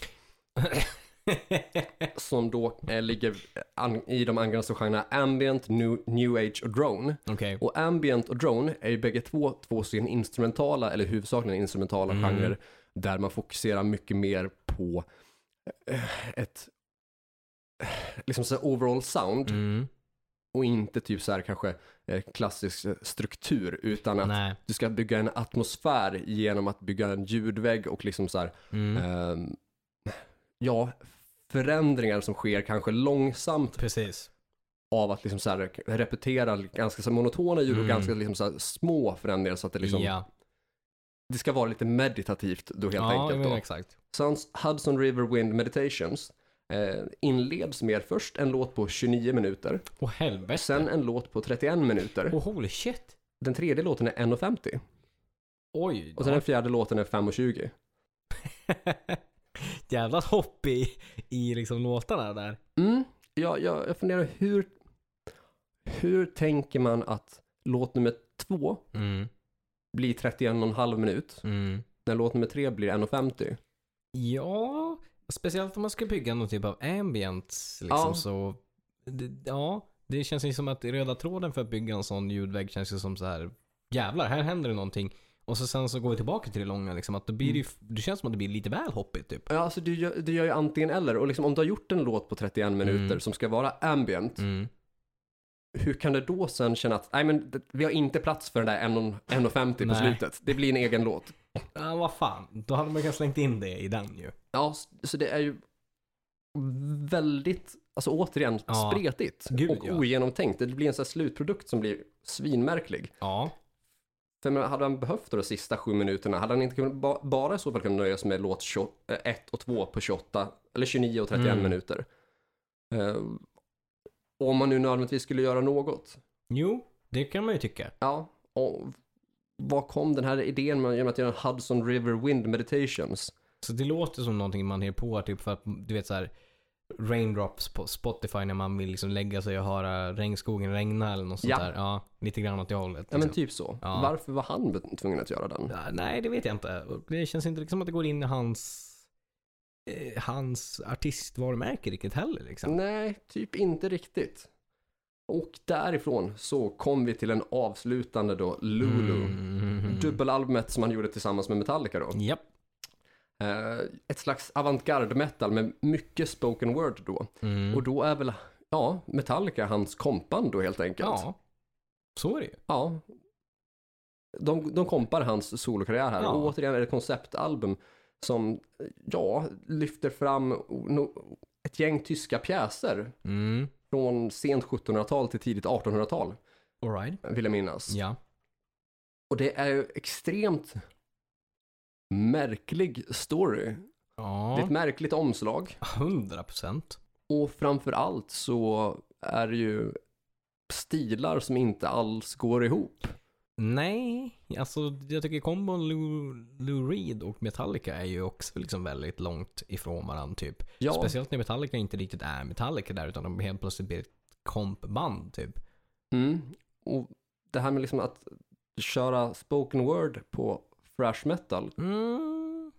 Som då eh, ligger an- i de angränsande genrerna ambient, new, new age och drone. Okej. Och ambient och drone är ju bägge två, två stycken instrumentala eller huvudsakligen instrumentala Mm. genrer där man fokuserar mycket mer på eh, ett eh, liksom så här overall sound Mm. och inte typ så här kanske eh, klassisk eh, struktur utan att Nej. du ska bygga en atmosfär genom att bygga en ljudvägg och liksom så här Mm. ehm, ja, förändringar som sker kanske långsamt Precis. av att liksom så här repetera ganska så monotona ljud och Mm. ganska liksom så här små förändringar så att det liksom Ja. det ska vara lite meditativt då helt Ja, enkelt men då. exakt. Så Hudson River Wind Meditations eh, inleds med först en låt på tjugonio minuter, Åh helvete. sen en låt på trettioen minuter. Åh holy shit. Den tredje låten är en femtio Oj. och sen den fjärde låten är fem tjugo. Jävla hopp i, i liksom låtarna där. Mm, ja, jag, jag funderar hur hur tänker man att låt nummer två Mm. blir trettioen och en halv minut Mm. när låt nummer tre blir en femtio? Ja, speciellt om man ska bygga någon typ av ambient liksom Ja. så det, ja, det känns ju som att röda tråden för att bygga en sån ljudvägg känns ju som så här jävlar, här händer det någonting. Och så sen så går vi tillbaka till det långa liksom att då blir det ju, det känns som att det blir lite väl hoppigt typ. Ja, alltså du gör, du gör ju antingen eller. Och liksom om du har gjort en låt på trettioen minuter Mm. som ska vara ambient, Mm. hur kan du då sen känna att nej men det, vi har inte plats för den där en femtio på Nej. slutet. Det blir en egen låt. Ja, vad fan. Då hade man kanske slängt in det i den ju. Ja, s- så det är ju väldigt, alltså återigen, Ja. spretigt Gud, och ja. ogenomtänkt. Det blir en sån här slutprodukt som blir svinmärklig. Ja. För men, hade han behövt då de sista sju minuterna, hade han inte kunnat, ba, bara i så fall kunnat nöja sig med låt ett och två på tjugoåtta, eller tjugonio och trettioen Mm. minuter. Uh, om man nu nödvändigtvis skulle göra något. Jo, det kan man ju tycka. Ja, och vad kom den här idén med genom att göra en Hudson River Wind Meditations? Så det låter som någonting man är på typ för att du vet så här Raindrops på Spotify när man vill liksom lägga sig och höra regnskogen regna eller något sånt Ja. där. Ja, lite grann åt det hållet. Liksom. Ja men typ så. Ja. Varför var han tvungen att göra den? Ja, nej, det vet jag inte. Det känns inte liksom att det går in i hans eh, hans artistvarumärke riktigt heller liksom. Nej, typ inte riktigt. Och därifrån så kom vi till en avslutande då, Lulu. Mm. Dubbelalbumet som han gjorde tillsammans med Metallica då. Japp. Eh, ett slags avantgarde metal med mycket spoken word då. Mm. Och då är väl, ja, Metallica hans kompband då helt enkelt. Ja, så är det ju. Ja. De, de kompar hans solokarriär här. Ja. Och återigen är det ett konceptalbum som, ja, lyfter fram no, ett gäng tyska pjäser Mm. från sent sjuttonhundratal till tidigt artonhundratal, All right. vill jag minnas. Ja. Och det är ju extremt märklig story. Det är Ja, ett märkligt omslag. hundra procent. Och framför allt så är det ju stilar som inte alls går ihop. Nej, alltså jag tycker kombon Lou, Lou Reed och Metallica är ju också liksom väldigt långt ifrån varandra typ. Ja, Speciellt när Metallica inte riktigt är Metallica där utan de helt plötsligt blir ett kompband typ. mm. Och det här med liksom att köra spoken word på thrash metal Mm,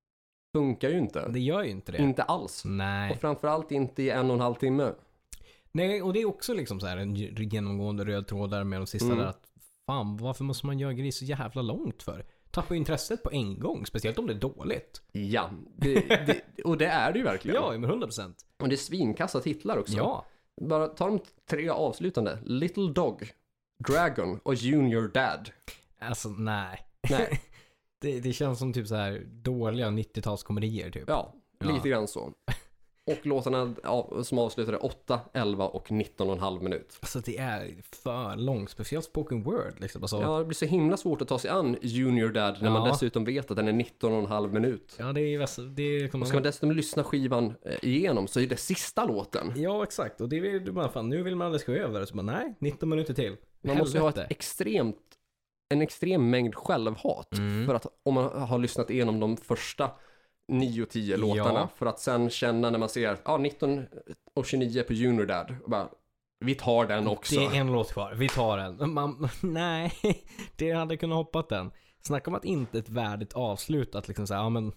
funkar ju inte. det gör ju inte det. Inte alls. Och Nej. framförallt inte i en och en halv timme. Nej, och det är också liksom så här en genomgående röd tråd där med de sista Mm. där att fan, varför måste man göra grejer så jävla långt för? Tappa intresset på en gång, speciellt om det är dåligt. Ja, det, det, och det är det ju verkligen. Ja, men hundra procent. Och det är svinkassa titlar också. Ja. Bara ta de tre avslutande. Little Dog, Dragon och Junior Dad. Alltså, nej. Nej, det, det känns som typ så här dåliga nittiotalskomedier typ. ja, Ja. lite grann så. Och låtarna ja, som avslutade åtta, elva och nitton och en halv minut. Alltså det är för långt, speciellt spoken word liksom. Alltså, Ja, det blir så himla svårt att ta sig an Junior Dad när Ja. man dessutom vet att den är nitton och en halv minut. ja, det är ju... Det är, Och ska man dessutom lyssna skivan eh, igenom så är det sista låten. Ja, exakt. Och det vill du bara, fan, nu vill man aldrig ska över. Så bara, nej, nitton minuter till. Man måste ju ha ett Helvete. extremt, en extrem mängd självhat. Mm. För att om man har lyssnat igenom de första nio tio låtarna. Ja. För att sen känna när man ser att ah, nitton och tjugonio på Junior Dad. Och bara, vi tar den också. Det är en låt kvar, vi tar den. Man, nej, det hade kunnat hoppat den. Snacka om att inte ett värdigt avslut. Att liksom säga, ja men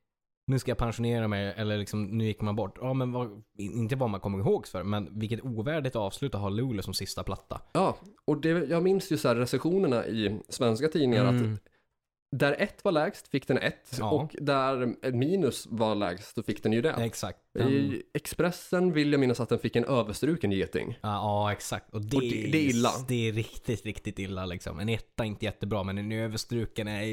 nu ska jag pensionera mig. Eller liksom, nu gick man bort. Ja men vad, inte vad man kommer ihåg för. Men vilket ovärdigt avslut att ha Lulu som sista platta. Ja, och det, jag minns ju så här recensionerna i svenska tidningar Mm. att där ett var lägst fick den ett. Ja. Och där ett minus var lägst så fick den ju det. Exakt. Den, I Expressen vill jag minnas att den fick en överstruken geting. ja, ja, exakt. Och det, Och det- det är illa. Det är riktigt, riktigt illa liksom. En etta är inte jättebra, men en överstruken är...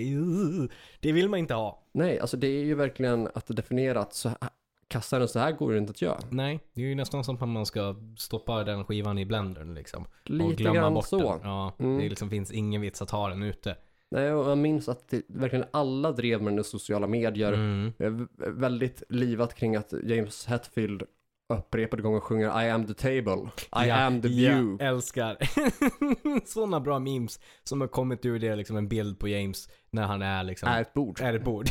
Det vill man inte ha. Nej, alltså det är ju verkligen att definiera att så här, kassaren så här går det inte att göra. Nej, det är ju nästan som att man ska stoppa den skivan i blendern liksom. Och Lite glömma grann bort så. den. Ja, Mm. det liksom finns ingen vits att ha den ute. Nej, och jag minns att det, verkligen alla drev med den i sociala medier. Mm. Det är v- väldigt livat kring att James Hetfield upprepade gånger sjunger I am the table, I Ja, am the view. Jag älskar sådana bra memes som har kommit ur det, liksom en bild på James när han är liksom Är ett bord. är ett bord.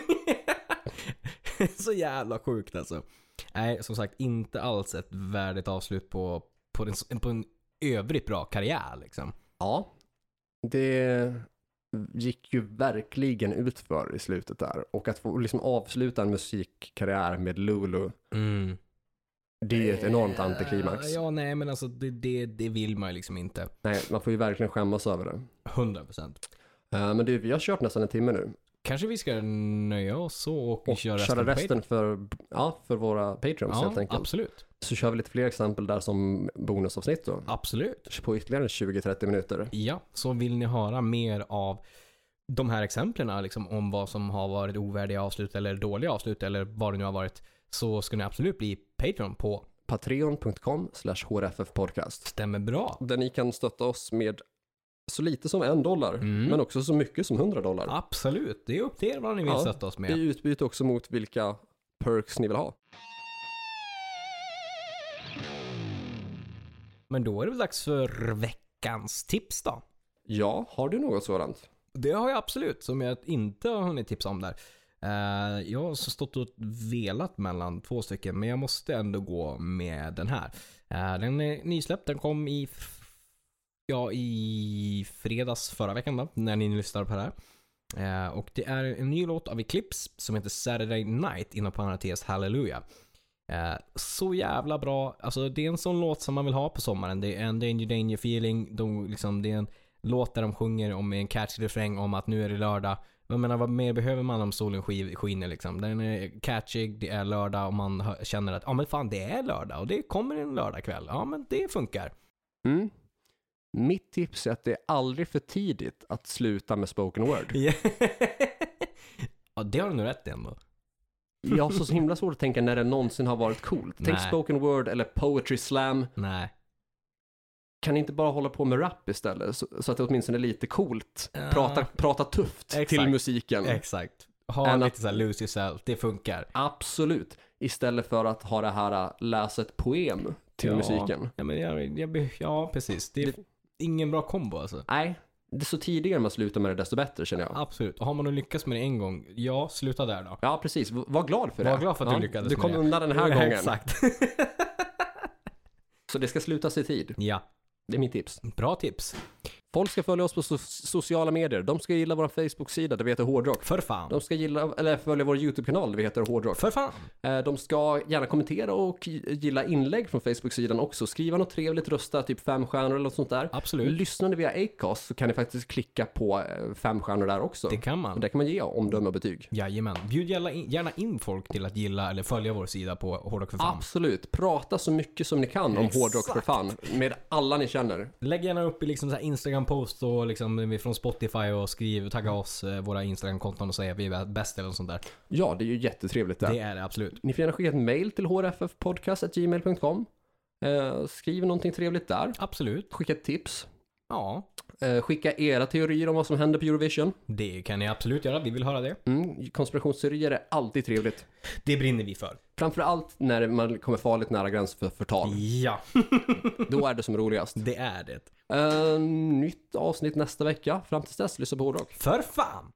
Så jävla sjukt alltså. Nej, som sagt, inte alls ett värdigt avslut på, på, den, på en övrigt bra karriär liksom. Ja, det gick ju verkligen ut för i slutet där. Och att få liksom avsluta en musikkarriär med Lulu, Mm. det är ett enormt antiklimax. Ja, nej, men alltså det, det, det vill man ju liksom inte. Nej, man får ju verkligen skämmas över det. hundra procent. Uh, men du, vi har kört nästan en timme nu. Kanske vi ska nöja oss så och, Och köra köra resten, resten för, ja, för våra Patreons Ja, helt enkelt. absolut. Så kör vi lite fler exempel där som bonusavsnitt då. Absolut. På ytterligare tjugo till trettio minuter. Ja, så vill ni höra mer av de här exemplen liksom, om vad som har varit ovärdiga avslut eller dåliga avslut eller vad det nu har varit, så ska ni absolut bli Patreon på patreon punkt com slash h r f f podcast. Stämmer bra. Där ni kan stötta oss med så lite som en dollar, Mm. men också så mycket som hundra dollar. Absolut, det är upp till er vad ni vill Ja, sätta oss med. I utbyte också mot vilka perks ni vill ha. Men då är det väl dags för veckans tips då. Ja, har du något sådant? Det har jag absolut, som jag inte har hunnit tipsa om där. Uh, jag har så stått och velat mellan två stycken, men jag måste ändå gå med den här. Uh, den är nysläppt, den kom i ja, i fredags förra veckan då, när ni lyssnar på det här. Uh, och det är en ny låt av Eclipse som heter Saturday Night, inom parentes Hallelujah. Uh, så jävla bra. Alltså det är en sån låt som man vill ha på sommaren. Det är en danger danger feeling. De, liksom, det är en låt där de sjunger om en catchy refräng om att nu är det lördag. Jag menar, vad mer behöver man om solen skiner liksom? Den är catchy, det är lördag och man hör, känner att ja men fan det är lördag och det kommer en lördagkväll. Ja men det funkar. Mm. Mitt tips är att det är aldrig för tidigt att sluta med spoken word. Ja, det har du nog rätt i ändå. Jag har så himla svårt att tänka när det någonsin har varit coolt. Tänk Nej. spoken word eller poetry slam. Nej. Kan ni inte bara hålla på med rap istället? Så, så att det åtminstone är lite coolt. Ja. Prata, prata tufft Exakt. till musiken. Exakt. Ha Än lite att- så här lose yourself, det funkar. Absolut. Istället för att ha det här läsa ett poem till Ja. musiken. Ja, men jag, jag, be- ja precis. Det är Det- ingen bra kombo alltså. Nej, det är så tidigare man slutar med det desto bättre känner jag. Absolut. Och har man nu lyckats med det en gång, ja, sluta där då. Ja, precis. V- Var glad för det. Var glad för att ja, du lyckades Du med kom det. undan den här Ja, gången. Exakt. Så det ska slutas i tid. Ja, Det är mitt tips. bra tips. Folk ska följa oss på so- sociala medier. De ska gilla vår Facebook-sida där vi heter Hårdrock. För fan. De ska gilla, eller följa vår YouTube-kanal där vi heter Hårdrock. För fan. Eh, De ska gärna kommentera och gilla inlägg från Facebook-sidan också. Skriva något trevligt, rösta typ fem stjärnor eller något sånt där. Absolut. Lyssnar ni via Acast så kan ni faktiskt klicka på eh, fem stjärnor där också. Det kan Och man. där kan man ge omdöme och betyg. Jajamän. Bjud gärna in, gärna in folk till att gilla eller följa vår sida på Hårdrock för fan. Absolut. Prata så mycket som ni kan om Exakt. Hårdrock för fan. Med alla ni känner. Lägg gärna upp i liksom så här Instagram-post och liksom från Spotify och skriv, tagga oss eh, våra Instagram-konton och säga att vi är bäst eller något sånt där. Ja, det är ju jättetrevligt det. Det är det absolut. Ni får gärna skicka ett mail till h r f f podcast at gmail dot com. Eh, skriv någonting trevligt där. Absolut. Skicka ett tips. Ja, Eh, skicka era teorier om vad som händer på Eurovision. det kan ni absolut göra. Vi vill höra det. Mm, konspirationsteorier är alltid trevligt. Det brinner vi för. Framförallt när man kommer farligt nära gränsen för förtal. Ja, Då är det som roligast. det är det. Eh, nytt avsnitt nästa vecka. Fram tills dess, lyssna på Hårdrock. För fan!